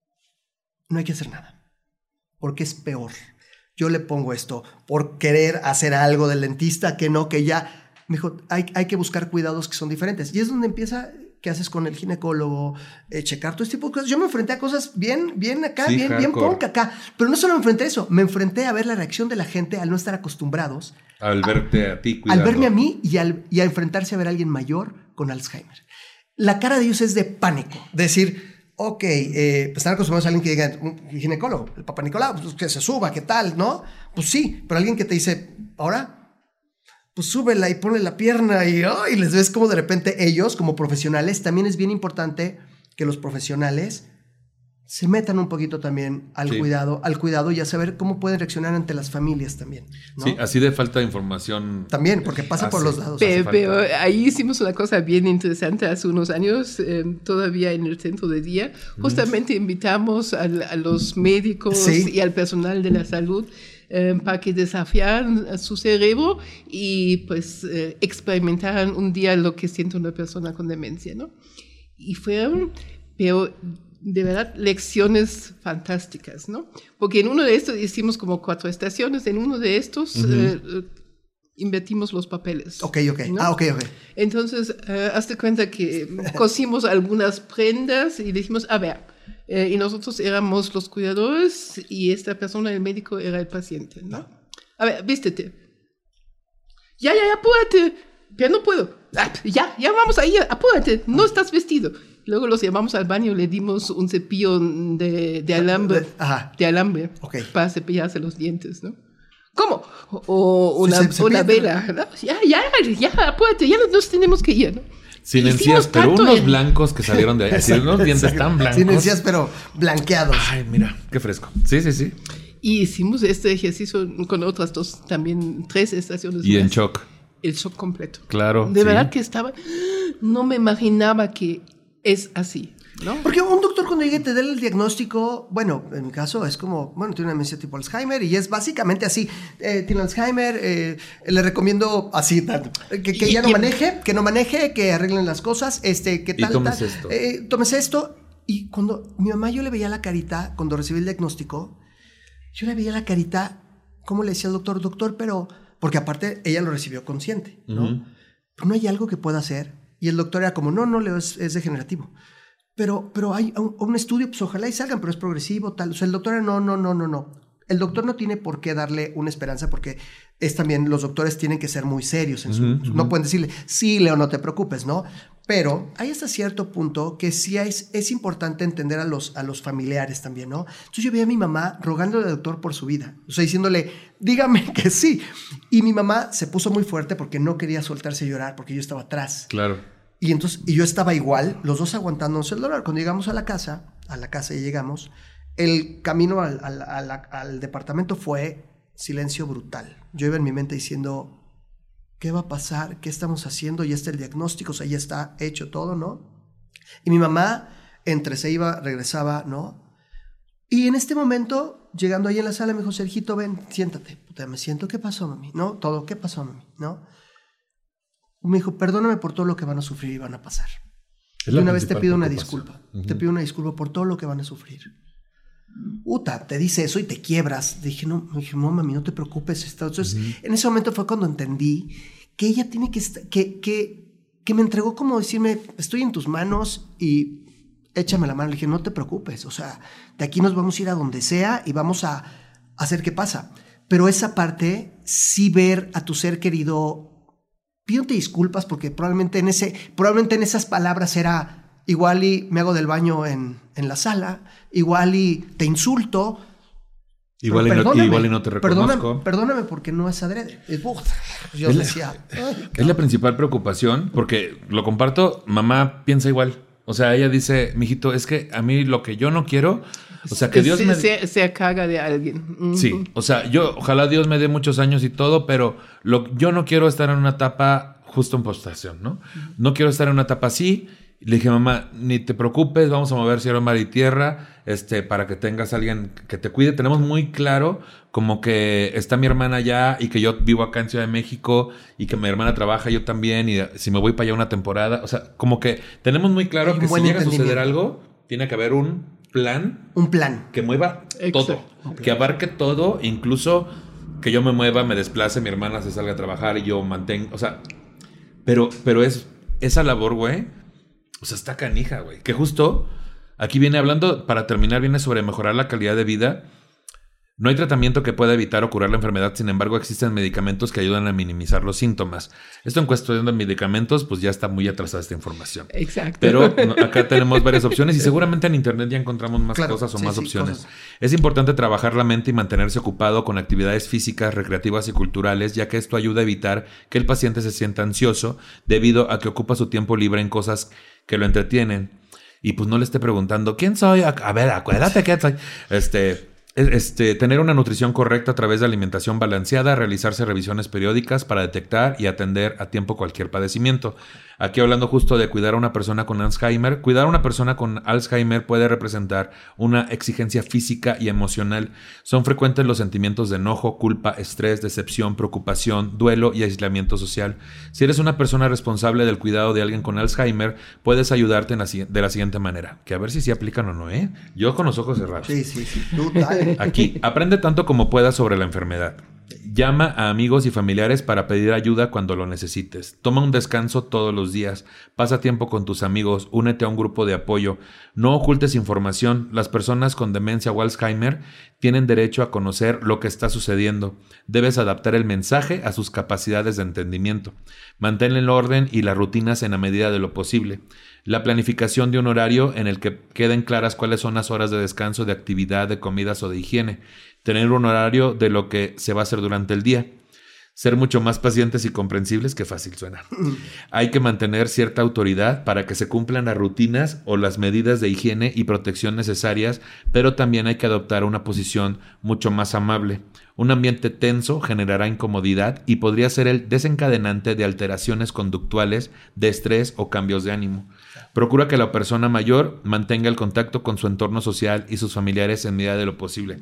no hay que hacer nada, porque es peor. Yo le pongo esto por querer hacer algo del dentista, que no, que ya. Me dijo, hay, hay que buscar cuidados que son diferentes. Y es donde empieza, ¿qué haces con el ginecólogo? Eh, checar todo este tipo de cosas. Yo me enfrenté a cosas bien, bien acá, Sí, bien, bien hardcore. punk acá. Pero no solo me enfrenté a eso, me enfrenté a ver la reacción de la gente al no estar acostumbrados, Al verte a ti cuidando. al verme a mí y, al, y a enfrentarse a ver a alguien mayor con Alzheimer. La cara de ellos es de pánico, de decir, ok, eh, pues están acostumbrados a alguien que diga, un ginecólogo, el papá Nicolau, pues que se suba, ¿qué tal? ¿No? Pues sí, pero alguien que te dice, ahora, pues súbela y ponle la pierna y, oh, y les ves como de repente ellos, como profesionales, también es bien importante que los profesionales se metan un poquito también al Sí. cuidado, al cuidado y a saber cómo pueden reaccionar ante las familias también, ¿no? Sí, así de falta de información. También, porque pasa por hace- los lados. hace Pero, falta. pero ahí hicimos una cosa bien interesante hace unos años, eh, todavía en el centro de día. Justamente invitamos al- a los médicos Sí. y al personal de la salud eh, para que desafiaran su cerebro y pues eh, experimentaran un día lo que siente una persona con demencia, ¿no? Y fueron, pero de verdad, lecciones fantásticas, ¿no? Porque en uno de estos hicimos como cuatro estaciones, en uno de estos Ujú. eh, eh, invertimos los papeles. Ok, ok. ¿no? Ah, ok, ok. Entonces, eh, hazte cuenta que cosimos algunas prendas y dijimos, a ver, eh, y nosotros éramos los cuidadores y esta persona, el médico, era el paciente, ¿no? A ver, vístete. Ya, ya, ya, apúrate. Pero no puedo. Ah, ya, ya vamos ahí, apúrate. No estás vestido. Luego los llevamos al baño, le dimos un cepillo de, de alambre. Ajá. De alambre. Okay. Para cepillarse los dientes, ¿no? ¿Cómo? O una, se, se una vela. ¿No? Ya, ya, ya, apúrate. Ya nos tenemos que ir, ¿no? Sin encías, pero unos en... blancos que salieron de ahí. Sin unos dientes tan blancos. Sin encías, pero blanqueados. Ay, mira, qué fresco. Sí, sí, sí. Y hicimos este ejercicio con otras dos, también tres estaciones. Y más. en shock. El shock completo. Claro. De sí. verdad que estaba... No me imaginaba que es así, ¿no? Porque un doctor cuando llegue te da el diagnóstico, bueno, en mi caso es como, bueno, tiene una demencia tipo Alzheimer y es básicamente así. Eh, tiene Alzheimer, eh, le recomiendo así, que, que ya no maneje, que no maneje, que arreglen las cosas, este, que tal, y tomes tal. esto. Eh, tomes esto. Y cuando mi mamá yo le veía la carita, cuando recibí el diagnóstico, yo le veía la carita, ¿cómo le decía al doctor? Doctor, pero... Porque aparte ella lo recibió consciente, ¿no? Uh-huh. Pero no hay algo que pueda hacer. Y el doctor era como, no, no, Leo, es, es degenerativo. Pero, pero hay un, un estudio, pues ojalá y salgan, pero es progresivo, tal. O sea, el doctor era, no, no, no, no, no. El doctor no tiene por qué darle una esperanza porque es también, los doctores tienen que ser muy serios en su... Uh-huh, uh-huh. No pueden decirle, sí, Leo, no te preocupes, ¿no? Pero hay hasta cierto punto que sí es, es importante entender a los, a los familiares también, ¿no? Entonces yo veía a mi mamá rogándole al doctor por su vida. O sea, diciéndole, dígame que sí. Y mi mamá se puso muy fuerte porque no quería soltarse a llorar porque yo estaba atrás. Claro. Y entonces, y yo estaba igual, los dos aguantándonos el dolor. Cuando llegamos a la casa, a la casa y llegamos, el camino al, al, al, al departamento fue silencio brutal. Yo iba en mi mente diciendo... ¿Qué va a pasar? ¿Qué estamos haciendo? Ya está el diagnóstico, o sea, ya está hecho todo, ¿no? Y mi mamá, entre se iba, regresaba, ¿no? Y en este momento, llegando ahí en la sala, me dijo, Sergito, ven, siéntate. Puta, me siento, ¿qué pasó, mami? ¿No? Todo, ¿qué pasó, mami? ¿No? Me dijo, perdóname por todo lo que van a sufrir y van a pasar. Y una vez te pido una disculpa. Uh-huh. Te pido una disculpa por todo lo que van a sufrir. Uta, te dice eso y te quiebras. Dije, no, me dije, no, mami, no te preocupes. Entonces, uh-huh. en ese momento fue cuando entendí que ella tiene que, que, que, que me entregó como decirme, estoy en tus manos y échame la mano. Le dije, no te preocupes, o sea, de aquí nos vamos a ir a donde sea y vamos a, a hacer qué pasa. Pero esa parte, sí ver a tu ser querido, pídete disculpas porque probablemente en, ese, probablemente en esas palabras era... Igual y me hago del baño en, en la sala, igual y te insulto. Igual y, no, igual y no te reconozco. Perdóname, perdóname porque no es adrede. Uf, yo es decía... La, es la principal preocupación, porque lo comparto, mamá piensa igual. O sea, ella dice, mijito, es que a mí lo que yo no quiero... O sea, que Dios se, me... Se, se caga de alguien. Uh-huh. Sí, o sea, yo, ojalá Dios me dé muchos años y todo, pero lo, yo no quiero estar en una etapa justo en postración, ¿no? Uh-huh. No quiero estar en una etapa así... Le dije, mamá, ni te preocupes, vamos a mover cielo, mar y tierra, este, para que tengas a alguien que te cuide. Tenemos muy claro como que está mi hermana allá y que yo vivo acá en Ciudad de México y que mi hermana trabaja, yo también, y si me voy para allá una temporada. O sea, como que tenemos muy claro que si llega a suceder algo, tiene que haber un plan. Un plan. Que mueva Exacto. todo. Que abarque todo, incluso que yo me mueva, me desplace, mi hermana se salga a trabajar y yo mantenga. O sea, pero, pero es esa labor, güey. O sea, está canija, güey. Que justo aquí viene hablando, para terminar, viene sobre mejorar la calidad de vida. No hay tratamiento que pueda evitar o curar la enfermedad, sin embargo, existen medicamentos que ayudan a minimizar los síntomas. Esto en cuestión de medicamentos, pues ya está muy atrasada esta información. Exacto. Pero acá tenemos varias opciones y seguramente en internet ya encontramos más claro, cosas o sí, más sí, opciones. Cosas. Es importante trabajar la mente y mantenerse ocupado con actividades físicas, recreativas y culturales, ya que esto ayuda a evitar que el paciente se sienta ansioso debido a que ocupa su tiempo libre en cosas que lo entretienen. Y pues no le esté preguntando, ¿quién soy? A ver, acuérdate quién soy. Este... Este, tener una nutrición correcta a través de alimentación balanceada, realizarse revisiones periódicas para detectar y atender a tiempo cualquier padecimiento. Aquí hablando justo de cuidar a una persona con Alzheimer. Cuidar a una persona con Alzheimer puede representar una exigencia física y emocional. Son frecuentes los sentimientos de enojo, culpa, estrés, decepción, preocupación, duelo y aislamiento social. Si eres una persona responsable del cuidado de alguien con Alzheimer, puedes ayudarte en la, de la siguiente manera. Que a ver si sí aplican o no, ¿eh? Yo con los ojos cerrados. Sí, sí, sí. Tú, dale. Aquí, aprende tanto como puedas sobre la enfermedad. Llama a amigos y familiares para pedir ayuda cuando lo necesites. Toma un descanso todos los días. Pasa tiempo con tus amigos. Únete a un grupo de apoyo. No ocultes información. Las personas con demencia o Alzheimer tienen derecho a conocer lo que está sucediendo. Debes adaptar el mensaje a sus capacidades de entendimiento. Mantén el orden y las rutinas en la medida de lo posible. La planificación de un horario en el que queden claras cuáles son las horas de descanso, de actividad, de comidas o de higiene. Tener un horario de lo que se va a hacer durante el día. Ser mucho más pacientes y comprensibles, que fácil suena. Hay que mantener cierta autoridad para que se cumplan las rutinas o las medidas de higiene y protección necesarias, pero también hay que adoptar una posición mucho más amable. Un ambiente tenso generará incomodidad y podría ser el desencadenante de alteraciones conductuales, de estrés o cambios de ánimo. Procura que la persona mayor mantenga el contacto con su entorno social y sus familiares en medida de lo posible.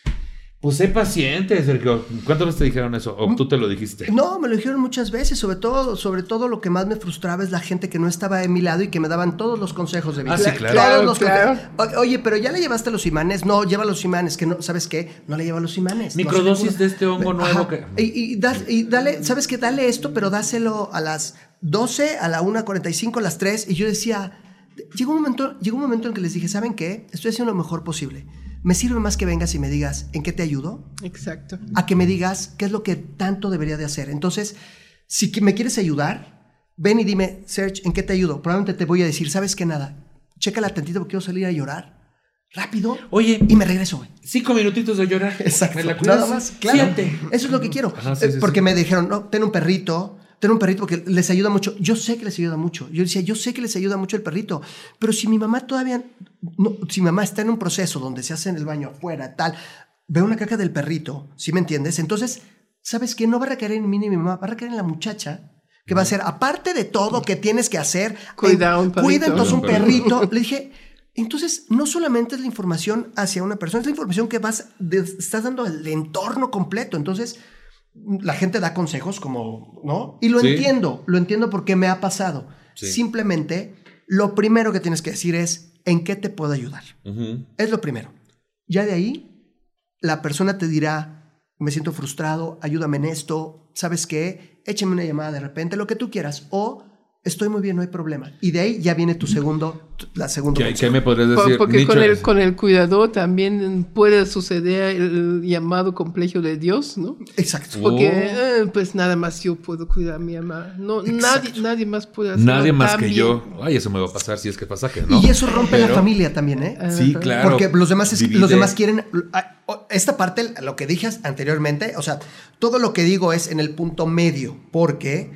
Pues sé paciente, Sergio. ¿Cuántas veces te dijeron eso? ¿O tú te lo dijiste? No, me lo dijeron muchas veces. Sobre todo, sobre todo lo que más me frustraba es la gente que no estaba de mi lado y que me daban todos los consejos de vida. Ah, sí, claro. Todos los Claro, consejos. Oye, pero ya le llevaste los imanes. No, lleva los imanes. Que no, ¿sabes qué? No le lleva los imanes. Microdosis no de este hongo nuevo. Ajá. Que... Y, y, da, y dale, ¿sabes qué? Dale esto, pero dáselo a las doce, a la una cuarenta y cinco, a las tres. Y yo decía, llegó un momento, llegó un momento en que les dije, ¿saben qué? Estoy haciendo lo mejor posible. Me sirve más que vengas y me digas ¿en qué te ayudo? Exacto. A que me digas qué es lo que tanto debería de hacer. Entonces, si me quieres ayudar, ven y dime, Serge, ¿en qué te ayudo? Probablemente te voy a decir, ¿sabes qué? Nada, chécala tantito porque quiero salir a llorar. Rápido. Oye. Y me regreso, güey. Cinco minutitos de llorar. Exacto. ¿Me la cuidas? Nada más, claro. Siente. Eso es lo que quiero. Ajá, sí, eh, sí, porque sí. me dijeron, no, ten un perrito. Ten un perrito porque les ayuda mucho. Yo sé que les ayuda mucho. Yo decía, yo sé que les ayuda mucho el perrito. Pero si mi mamá todavía... No, si mi mamá está en un proceso donde se hace en el baño afuera, tal, veo una caca del perrito, ¿sí me entiendes? Entonces, ¿sabes qué? No va a recaer en mí ni mi mamá, va a recaer en la muchacha que va a ser, aparte de todo que tienes que hacer, Cuida eh, un perrito. Cuida entonces un Cuida un perrito. Le dije... Entonces, no solamente es la información hacia una persona, es la información que vas, de, estás dando el entorno completo. Entonces, la gente da consejos como, ¿no? Y lo Sí. entiendo, lo entiendo porque me ha pasado. Sí. Simplemente, lo primero que tienes que decir es, ¿en qué te puedo ayudar? Uh-huh. Es lo primero. Ya de ahí, la persona te dirá, me siento frustrado, ayúdame en esto, ¿sabes qué? Échame una llamada de repente, lo que tú quieras. O, estoy muy bien, no hay problema. Y de ahí ya viene tu segundo, la segunda ¿Qué, ¿Qué me podrías decir? Porque Nicho? con el, con el cuidador también puede suceder el llamado complejo de Dios, ¿no? Exacto. Porque Oh. eh, pues nada más yo puedo cuidar a mi mamá. No, nadie, nadie más puede hacerlo. Nadie más tan que bien. yo. Ay, eso me va a pasar si es que pasa que no. Y eso rompe Pero- la familia también, ¿eh? Sí, Ajá. claro. Porque los demás, es- Divide. los demás quieren... Esta parte, lo que dije anteriormente, o sea, todo lo que digo es en el punto medio, porque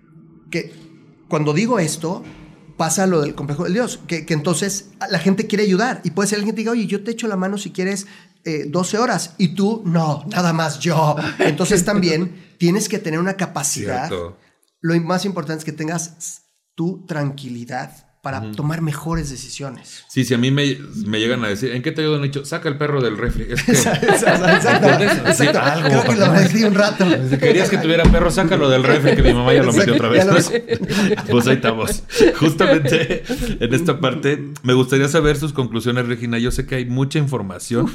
que cuando digo esto, pasa lo del complejo del Dios, que, que entonces la gente quiere ayudar y puede ser alguien que diga, oye, yo te echo la mano si quieres eh, doce horas y tú, no, nada más yo. Entonces también tienes que tener una capacidad. Cierto. Lo más importante es que tengas tu tranquilidad para Ujú. tomar mejores decisiones. Sí, si a mí me, me llegan a decir, ¿en qué te ayudo, Nicho? Saca el perro del refri. Es que, Exacto. ¿entiendes? Sí, algo. Creo que lo decía un rato. Si querías que tuviera perro, sácalo del refri, que mi mamá ya lo metió otra vez. Ya lo- Pues ahí estamos. Justamente en esta parte, me gustaría saber sus conclusiones, Regina. Yo sé que hay mucha información.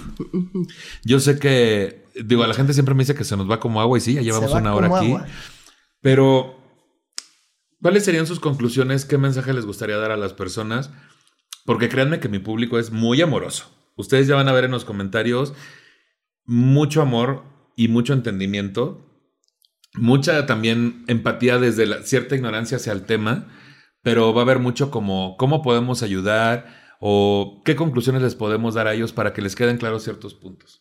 Yo sé que, digo, a la gente siempre me dice que se nos va como agua, y sí, ya llevamos Se va una hora como aquí. agua. Pero, ¿cuáles serían sus conclusiones? ¿Qué mensaje les gustaría dar a las personas? Porque créanme que mi público es muy amoroso. Ustedes ya van a ver en los comentarios mucho amor y mucho entendimiento. Mucha también empatía desde la cierta ignorancia hacia el tema, pero va a haber mucho como cómo podemos ayudar o qué conclusiones les podemos dar a ellos para que les queden claros ciertos puntos.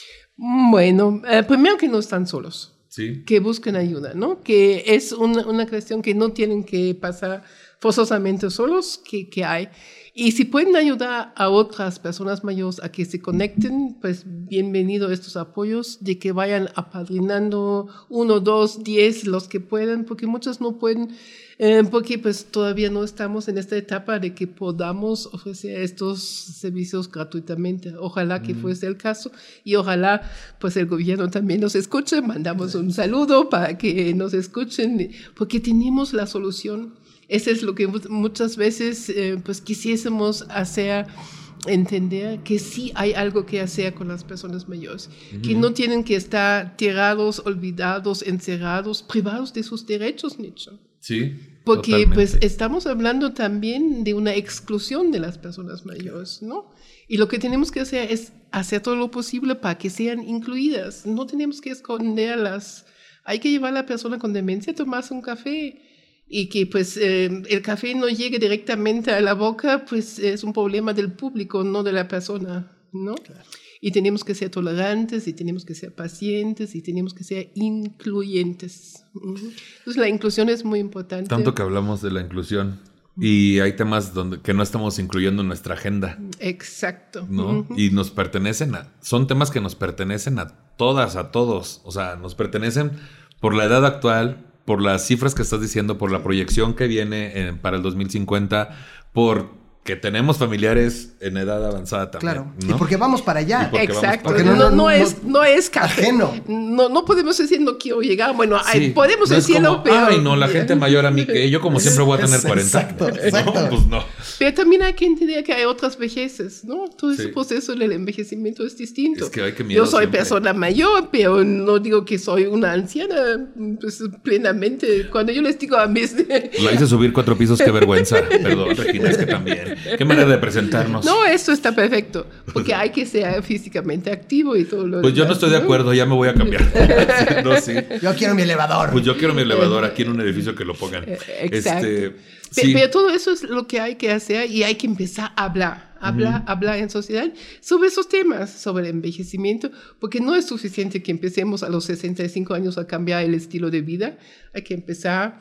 Bueno, eh, primero que no están solos. ¿Sí? Que busquen ayuda, ¿no? Que es una, una cuestión que no tienen que pasar forzosamente solos, que, que hay. Y si pueden ayudar a otras personas mayores a que se conecten, pues bienvenido a estos apoyos, de que vayan apadrinando uno, dos, diez, los que puedan, porque muchos no pueden, eh, porque pues todavía no estamos en esta etapa de que podamos ofrecer estos servicios gratuitamente. Ojalá que fuese el caso y ojalá pues el gobierno también nos escuche. Mandamos un saludo para que nos escuchen, porque tenemos la solución. Eso es lo que muchas veces eh, pues quisiésemos hacer entender que sí hay algo que hacer con las personas mayores, uh-huh. que no tienen que estar tirados, olvidados, encerrados, privados de sus derechos, Nicho. Sí, porque totalmente. Pues estamos hablando también de una exclusión de las personas mayores, ¿no? Y lo que tenemos que hacer es hacer todo lo posible para que sean incluidas. No tenemos que esconderlas. Hay que llevar a la persona con demencia a tomarse un café. Y que pues eh, el café no llegue directamente a la boca, pues es un problema del público, no de la persona, ¿no? Claro. Y tenemos que ser tolerantes, y tenemos que ser pacientes, y tenemos que ser incluyentes. Entonces la inclusión es muy importante. Tanto que hablamos de la inclusión. Y hay temas donde que no estamos incluyendo en nuestra agenda. Exacto. ¿No? Uh-huh. Y nos pertenecen a... Son temas que nos pertenecen a todas, a todos. O sea, nos pertenecen por la edad actual, por las cifras que estás diciendo, por la proyección que viene en, para el dos mil cincuenta, por... que tenemos familiares en edad avanzada también. Claro, ¿no? Y porque vamos para allá. Exacto. Vamos para no, no, no, no, es, no es café. Ajeno. No, no podemos decir no quiero llegar. Bueno, sí, ay, podemos no decirlo, pero... Ay, no, la gente mayor a mí, que yo como siempre voy a tener cuarenta. Exacto, exacto. No, pues no. Pero también hay que entender que hay otras vejeces, ¿no? Todo ese sí. proceso del envejecimiento es distinto. Es que hay que miedo Yo soy siempre. persona mayor, pero no digo que soy una anciana, pues plenamente. Cuando yo les digo a mis... La hice subir cuatro pisos, qué vergüenza. Perdón, Regina, es que también. Qué manera de presentarnos. No, esto está perfecto, porque hay que ser físicamente activo y todo lo Pues demás, yo no estoy de acuerdo, ya me voy a cambiar. No, sí. Yo quiero mi elevador. Pues yo quiero mi elevador aquí en un edificio que lo pongan. Exacto. Este, pero, sí. pero todo eso es lo que hay que hacer y hay que empezar a hablar, hablar, uh-huh. hablar en sociedad sobre esos temas, sobre el envejecimiento, porque no es suficiente que empecemos a los sesenta y cinco años a cambiar el estilo de vida, hay que empezar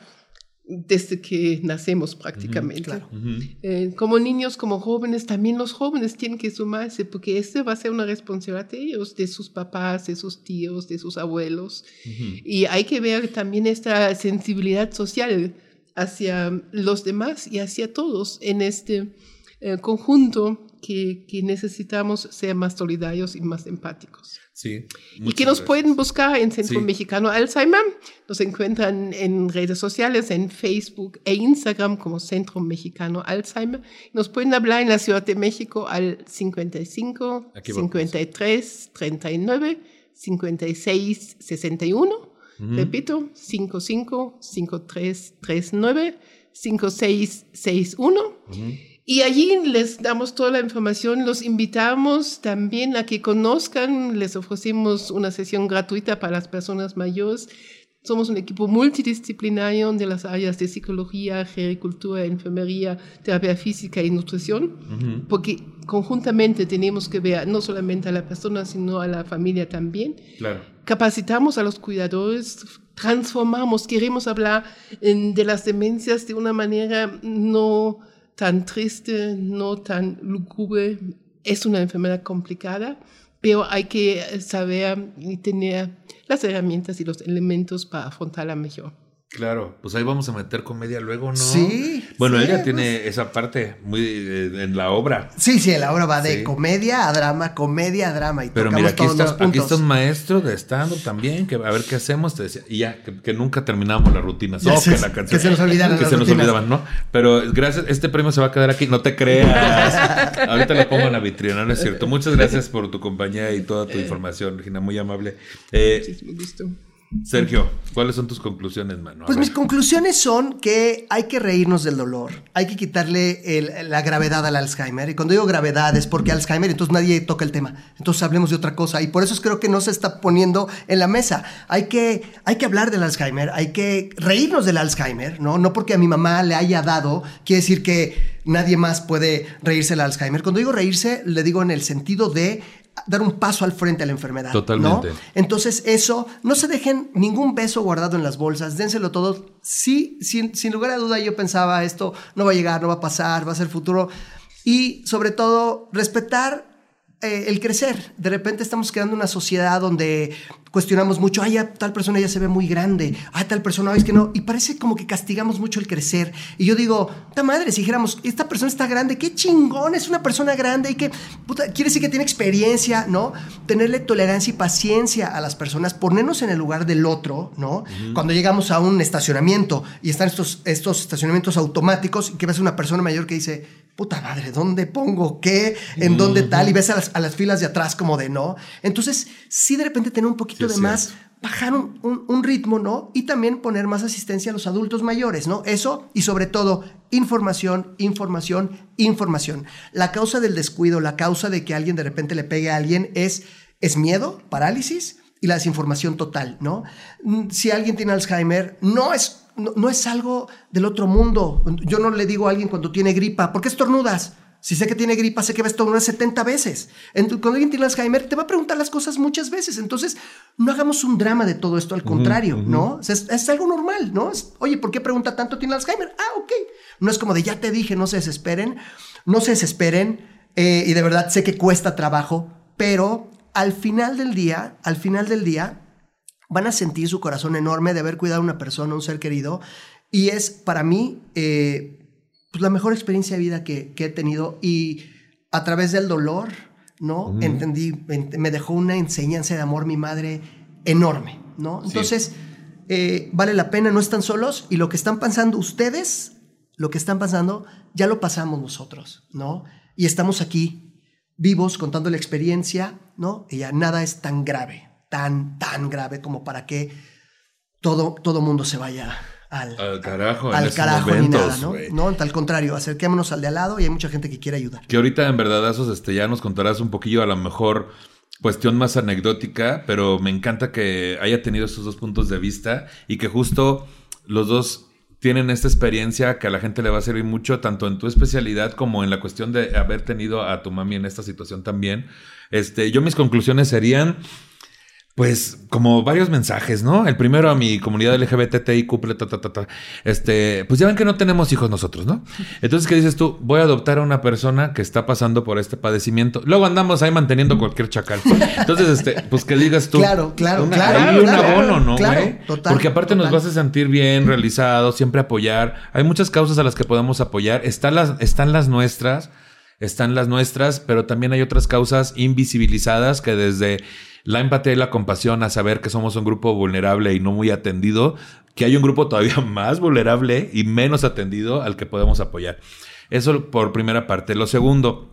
desde que nacemos prácticamente. Uh-huh, claro. uh-huh. eh, como niños, como jóvenes, también los jóvenes tienen que sumarse, porque este va a ser una responsabilidad de ellos, de sus papás, de sus tíos, de sus abuelos. Uh-huh. Y hay que ver también esta sensibilidad social hacia los demás y hacia todos en este eh, conjunto que, que necesitamos ser más solidarios y más empáticos. Sí, y que nos gracias. Pueden buscar en Centro sí. Mexicano Alzheimer. Nos encuentran en redes sociales, en Facebook e Instagram como Centro Mexicano Alzheimer. Nos pueden hablar en la Ciudad de México al cincuenta y cinco, cincuenta y tres, treinta y nueve, cincuenta y seis, sesenta y uno. Uh-huh. Repito, cincuenta y cinco, cincuenta y tres, treinta y nueve, cincuenta y seis, sesenta y uno. Uh-huh. Y allí les damos toda la información, los invitamos también a que conozcan, les ofrecemos una sesión gratuita para las personas mayores. Somos un equipo multidisciplinario de las áreas de psicología, gericultura, enfermería, terapia física y nutrición, uh-huh. porque conjuntamente tenemos que ver no solamente a la persona, sino a la familia también. Claro. Capacitamos a los cuidadores, transformamos, queremos hablar en, de las demencias de una manera no tan triste, no tan lúgubre. Es una enfermedad complicada, pero hay que saber y tener las herramientas y los elementos para afrontarla mejor. Claro, pues ahí vamos a meter comedia luego, ¿no? Sí. Bueno, sí, ella pues. tiene esa parte muy eh, en la obra. Sí, sí, la obra va de sí. comedia a drama, comedia a drama y pero tocamos mira, aquí todos está, los puntos. aquí está un maestro de stand-up también, que a ver qué hacemos, te decía, y ya, que, que nunca terminamos las rutinas. Ya Oh, sé, que la canción. que se nos olvidaran Que las se nos rutinas. olvidaban, ¿no? Pero gracias, este premio se va a quedar aquí, no te creas. Ahorita lo pongo en la vitrina, no es cierto. Muchas gracias por tu compañía y toda tu información, Regina, muy amable. Eh, Muchísimo gusto. Sergio, ¿cuáles son tus conclusiones, mano? A Pues ver. mis conclusiones son que hay que reírnos del dolor, hay que quitarle el, la gravedad al Alzheimer. Y cuando digo gravedad es porque Alzheimer, entonces nadie toca el tema. Entonces hablemos de otra cosa. Y por eso creo que no se está poniendo en la mesa. Hay que, hay que hablar del Alzheimer, hay que reírnos del Alzheimer, ¿no? No porque a mi mamá le haya dado, quiere decir que nadie más puede reírse del Alzheimer. Cuando digo reírse, le digo en el sentido de dar un paso al frente a la enfermedad. Totalmente. ¿no? Entonces eso, no se dejen ningún beso guardado en las bolsas, dénselo todo. Sí, sin, sin lugar a duda yo pensaba, esto no va a llegar, no va a pasar, va a ser futuro. Y sobre todo, respetar eh, el crecer. De repente estamos creando una sociedad donde cuestionamos mucho, ay, ya, tal persona ya se ve muy grande, ay, tal persona, es que no, y parece como que castigamos mucho el crecer. Y yo digo, puta madre, si dijéramos, esta persona está grande, qué chingón, es una persona grande y que, puta, quiere decir que tiene experiencia, ¿no? Tenerle tolerancia y paciencia a las personas, ponernos en el lugar del otro, ¿no? Uh-huh. Cuando llegamos a un estacionamiento y están estos, estos estacionamientos automáticos y que ves una persona mayor que dice, puta madre, ¿dónde pongo qué? ¿En uh-huh. dónde tal? Y ves a las, a las filas de atrás como de no. Entonces, sí de repente tener un poquito sí, de más, bajar un, un, un ritmo, ¿no? Y también poner más asistencia a los adultos mayores, ¿no? Eso y sobre todo información, información, información. La causa del descuido, la causa de que alguien de repente le pegue a alguien es, es miedo, parálisis y la desinformación total, ¿no? Si alguien tiene Alzheimer, no es... No, no es algo del otro mundo. Yo no le digo a alguien cuando tiene gripa, ¿por qué estornudas? Si sé que tiene gripa, sé que va a estornudar setenta veces. Entonces, cuando alguien tiene Alzheimer, te va a preguntar las cosas muchas veces. Entonces, no hagamos un drama de todo esto, al contrario, uh-huh. ¿no? O sea, es, es algo normal, ¿no? Es, oye, ¿por qué pregunta tanto tiene Alzheimer? Ah, ok. No es como de, ya te dije, no se desesperen. No se desesperen. Eh, y de verdad, sé que cuesta trabajo, pero al final del día, al final del día, van a sentir su corazón enorme de haber cuidado a una persona, un ser querido. Y es, para mí, eh, pues la mejor experiencia de vida que, que he tenido. Y a través del dolor, ¿no? Mm. Entendí, me dejó una enseñanza de amor mi madre enorme, ¿no? Entonces, sí. eh, vale la pena, no están solos. Y lo que están pasando ustedes, lo que están pasando, ya lo pasamos nosotros, ¿no? Y estamos aquí, vivos, contando la experiencia, ¿no? Y ya nada es tan grave. Tan, tan grave como para que todo, todo mundo se vaya al, al carajo, al en carajo momentos, ni nada, ¿no? Wey. No, al contrario, acerquémonos al de al lado y hay mucha gente que quiere ayudar. Que ahorita en verdadazos este, ya nos contarás un poquillo a lo mejor cuestión más anecdótica, pero me encanta que haya tenido estos dos puntos de vista y que justo los dos tienen esta experiencia que a la gente le va a servir mucho, tanto en tu especialidad como en la cuestión de haber tenido a tu mami en esta situación también. Este, yo mis conclusiones serían... Pues como varios mensajes, ¿no? El primero a mi comunidad L G B T T I Q, ta, ta, ta, ta, este, pues ya ven que no tenemos hijos nosotros, ¿no? Entonces, ¿qué dices tú? Voy a adoptar a una persona que está pasando por este padecimiento. Luego andamos ahí manteniendo cualquier chacal. Entonces, este, pues que digas tú. Claro, claro, una, claro. Hay un claro, abono, ¿no, claro, güey? Total. Porque aparte total. nos vas a sentir bien, realizados, siempre apoyar. Hay muchas causas a las que podemos apoyar. Están las, están las nuestras, están las nuestras, pero también hay otras causas invisibilizadas que desde la empatía y la compasión a saber que somos un grupo vulnerable y no muy atendido, que hay un grupo todavía más vulnerable y menos atendido al que podemos apoyar. Eso por primera parte. Lo segundo,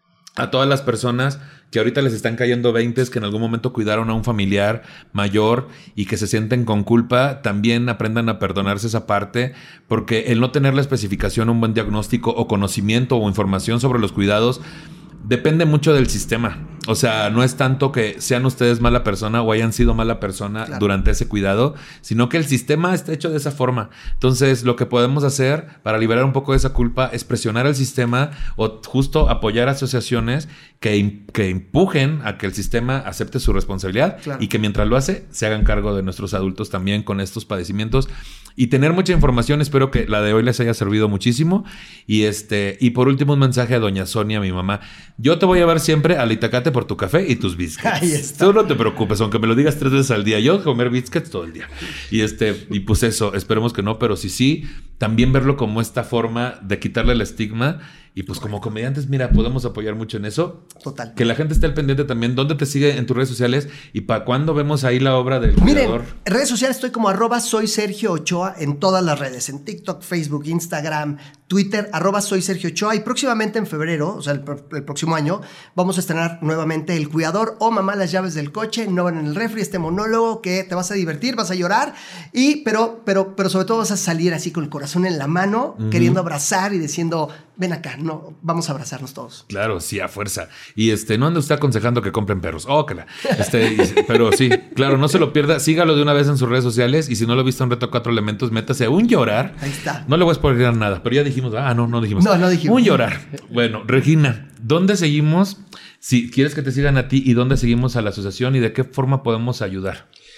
a todas las personas que ahorita les están cayendo veintes, que en algún momento cuidaron a un familiar mayor y que se sienten con culpa, también aprendan a perdonarse esa parte, porque el no tener la especificación, un buen diagnóstico o conocimiento o información sobre los cuidados depende mucho del sistema. O sea, no es tanto que sean ustedes mala persona o hayan sido mala persona claro. durante ese cuidado, sino que el sistema está hecho de esa forma. Entonces, lo que podemos hacer para liberar un poco de esa culpa es presionar al sistema o justo apoyar asociaciones que, que empujen a que el sistema acepte su responsabilidad claro. y que mientras lo hace, se hagan cargo de nuestros adultos también con estos padecimientos. Y tener mucha información, espero que la de hoy les haya servido muchísimo. Y este y por último, un mensaje a doña Sonia, mi mamá. Yo te voy a ver siempre al Itacate por tu café y tus biscuits. Ahí está. Tú no te preocupes, aunque me lo digas tres veces al día. Yo comer biscuits todo el día. Y este y pues eso, esperemos que no, pero sí, sí, también verlo como esta forma de quitarle el estigma. Y pues como comediantes, mira, podemos apoyar mucho en eso. Total. Que la gente esté al pendiente también. ¿Dónde te sigue en tus redes sociales? ¿Y para cuándo vemos ahí la obra del Miren, creador? En redes sociales estoy como arroba soy Sergio Ochoa en todas las redes. En TikTok, Facebook, Instagram, Twitter, arroba soy Sergio Ochoa. Y próximamente en febrero, o sea, el, el próximo año, vamos a estrenar nuevamente El Cuidador o Mamá las llaves del coche. No van en el refri, este monólogo que te vas a divertir, vas a llorar. Y, pero, pero, pero sobre todo vas a salir así con el corazón en la mano, uh-huh. queriendo abrazar y diciendo, ven acá, no, vamos a abrazarnos todos. Claro, sí, a fuerza. Y este, no anda usted aconsejando que compren perros. Oh, que la. Este, y, pero sí, claro, no se lo pierda. Sígalo de una vez en sus redes sociales. Y si no lo ha visto en Reto Cuatro Elementos, métase a un llorar. Ahí está. No le voy a spoilear nada, pero ya dijimos. Ah, no, no dijimos. No, no dijimos. Un llorar. Bueno, Regina, ¿dónde seguimos? Si quieres que te sigan a ti y dónde seguimos a la asociación y de qué forma podemos ayudar.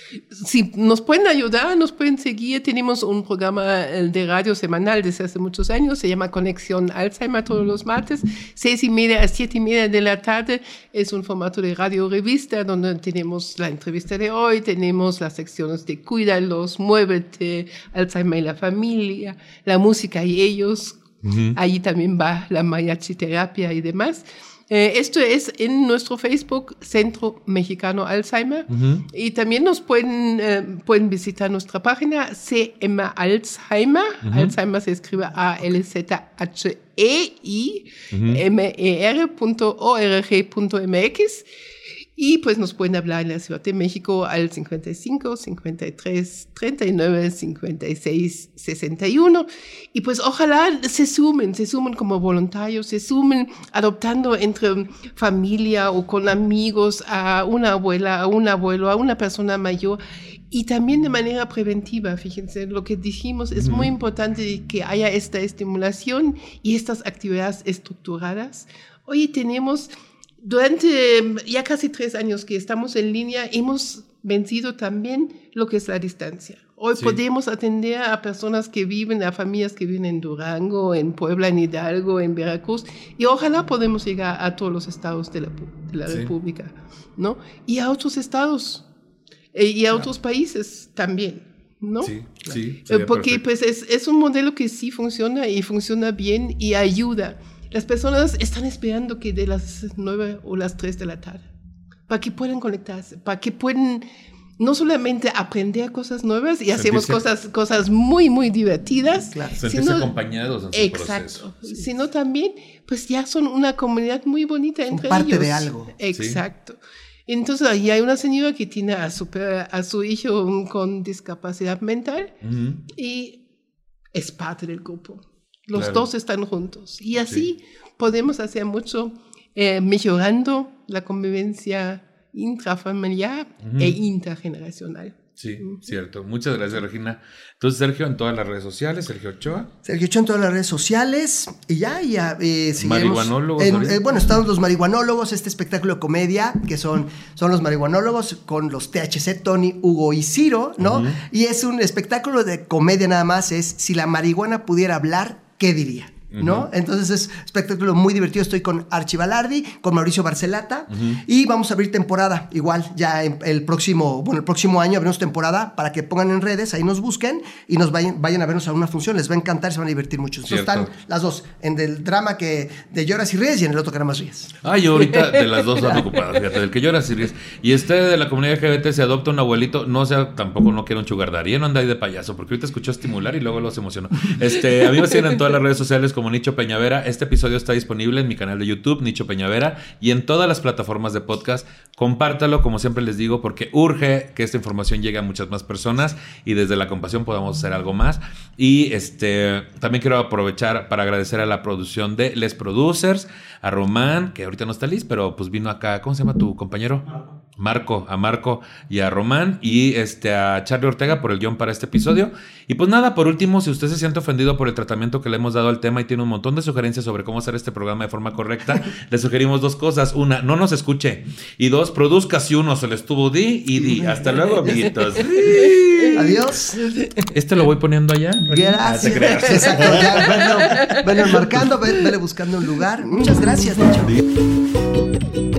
si nos pueden ayudar, nos pueden seguir. Tenemos un programa de radio semanal desde hace muchos años, se llama Conexión Alzheimer todos los martes, seis y media a siete y media de la tarde. Es un formato de radio revista donde tenemos la entrevista de hoy, tenemos las secciones de Cuídalos, Muévete, Alzheimer y la familia, la música y ellos. Uh-huh. Allí también va la mariachi terapia y demás. Eh, esto es en nuestro Facebook, Centro Mexicano Alzheimer. Uh-huh. Y también nos pueden, eh, pueden visitar nuestra página, C M Alzheimer. Uh-huh. Alzheimer se escribe A L Z H E I M E R punto org punto M X. Y pues nos pueden hablar en la Ciudad de México al cincuenta y cinco, cincuenta y tres, treinta y nueve, cincuenta y seis, sesenta y uno. Y pues ojalá se sumen, se sumen como voluntarios, se sumen adoptando entre familia o con amigos a una abuela, a un abuelo, a una persona mayor. Y también de manera preventiva, fíjense, lo que dijimos es muy importante que haya esta estimulación y estas actividades estructuradas. Hoy tenemos... Durante ya casi tres años que estamos en línea, hemos vencido también lo que es la distancia. Hoy sí. podemos atender a personas que viven, a familias que viven en Durango, en Puebla, en Hidalgo, en Veracruz, y ojalá podemos llegar a todos los estados de la, de la sí. República, ¿no? Y a otros estados, eh, y a claro. otros países también, ¿no? Sí, sí. Porque pues es, es un modelo que sí funciona y funciona bien y ayuda. Las personas están esperando que de las nueve o las tres de la tarde, para que puedan conectarse, para que puedan no solamente aprender cosas nuevas y sentirse, hacemos cosas, cosas muy, muy divertidas. Claro. Sentirse sino, acompañados en su exacto, proceso. Sí. Sino también, pues ya son una comunidad muy bonita son entre parte ellos. de algo. Exacto. Sí. Entonces, ahí hay una señora que tiene a su, a su hijo con discapacidad mental uh-huh. y es parte del grupo. Los claro. dos están juntos. Y así sí. podemos hacer mucho eh, mejorando la convivencia intrafamiliar uh-huh. e intergeneracional. Sí, uh-huh. cierto. Muchas gracias, Regina. Entonces, Sergio, en todas las redes sociales, Sergio Ochoa. Sergio Ochoa en todas las redes sociales. Y ya, y ya eh, marihuanólogos. En, eh, bueno, estamos los marihuanólogos, este espectáculo de comedia, que son, son los marihuanólogos con los T H C, Tony, Hugo y Ciro, ¿no? Uh-huh. Y es un espectáculo de comedia nada más, es si la marihuana pudiera hablar, ¿qué diría? ¿No? Uh-huh. Entonces es un espectáculo muy divertido. Estoy con Archie Balardi, con Mauricio Barcelata uh-huh. y vamos a abrir temporada igual ya en el próximo, bueno, el próximo año abrimos temporada para que pongan en redes, ahí nos busquen y nos vayan, vayan a vernos a una función, les va a encantar, se van a divertir mucho. Entonces están las dos, en el drama que de lloras y ríes y en el otro que nada más ríes. Ah, yo ahorita de las dos ando ocupado, fíjate, del que lloras y ríes. Y este de la comunidad L G B T se adopta un abuelito, no sea, tampoco no quiero un sugar daddy, no anda ahí de payaso, porque ahorita escuchó estimular y luego los emocionó. Este, a mí me siguen en todas las redes sociales como Nicho Peñavera. Este episodio está disponible en mi canal de YouTube, Nicho Peñavera, y en todas las plataformas de podcast. Compártalo, como siempre les digo, porque urge que esta información llegue a muchas más personas y desde la compasión podamos hacer algo más. Y este también quiero aprovechar para agradecer a la producción de Les Producers, a Román, que ahorita no está Liz, pero pues vino acá. ¿Cómo se llama tu compañero? Marco. Marco, a Marco y a Román y este, a Charlie Ortega por el guión para este episodio. Y pues nada, por último, si usted se siente ofendido por el tratamiento que le hemos dado al tema y tiene un montón de sugerencias sobre cómo hacer este programa de forma correcta, le sugerimos dos cosas. Una, no nos escuche. Y dos, produzca si uno se le estuvo di y di. Hasta luego, amiguitos. Adiós. Este lo voy poniendo allá. Gracias. Ah, exacto, ya, bueno, bueno, marcando, vele buscando un lugar. Muchas gracias, Nacho.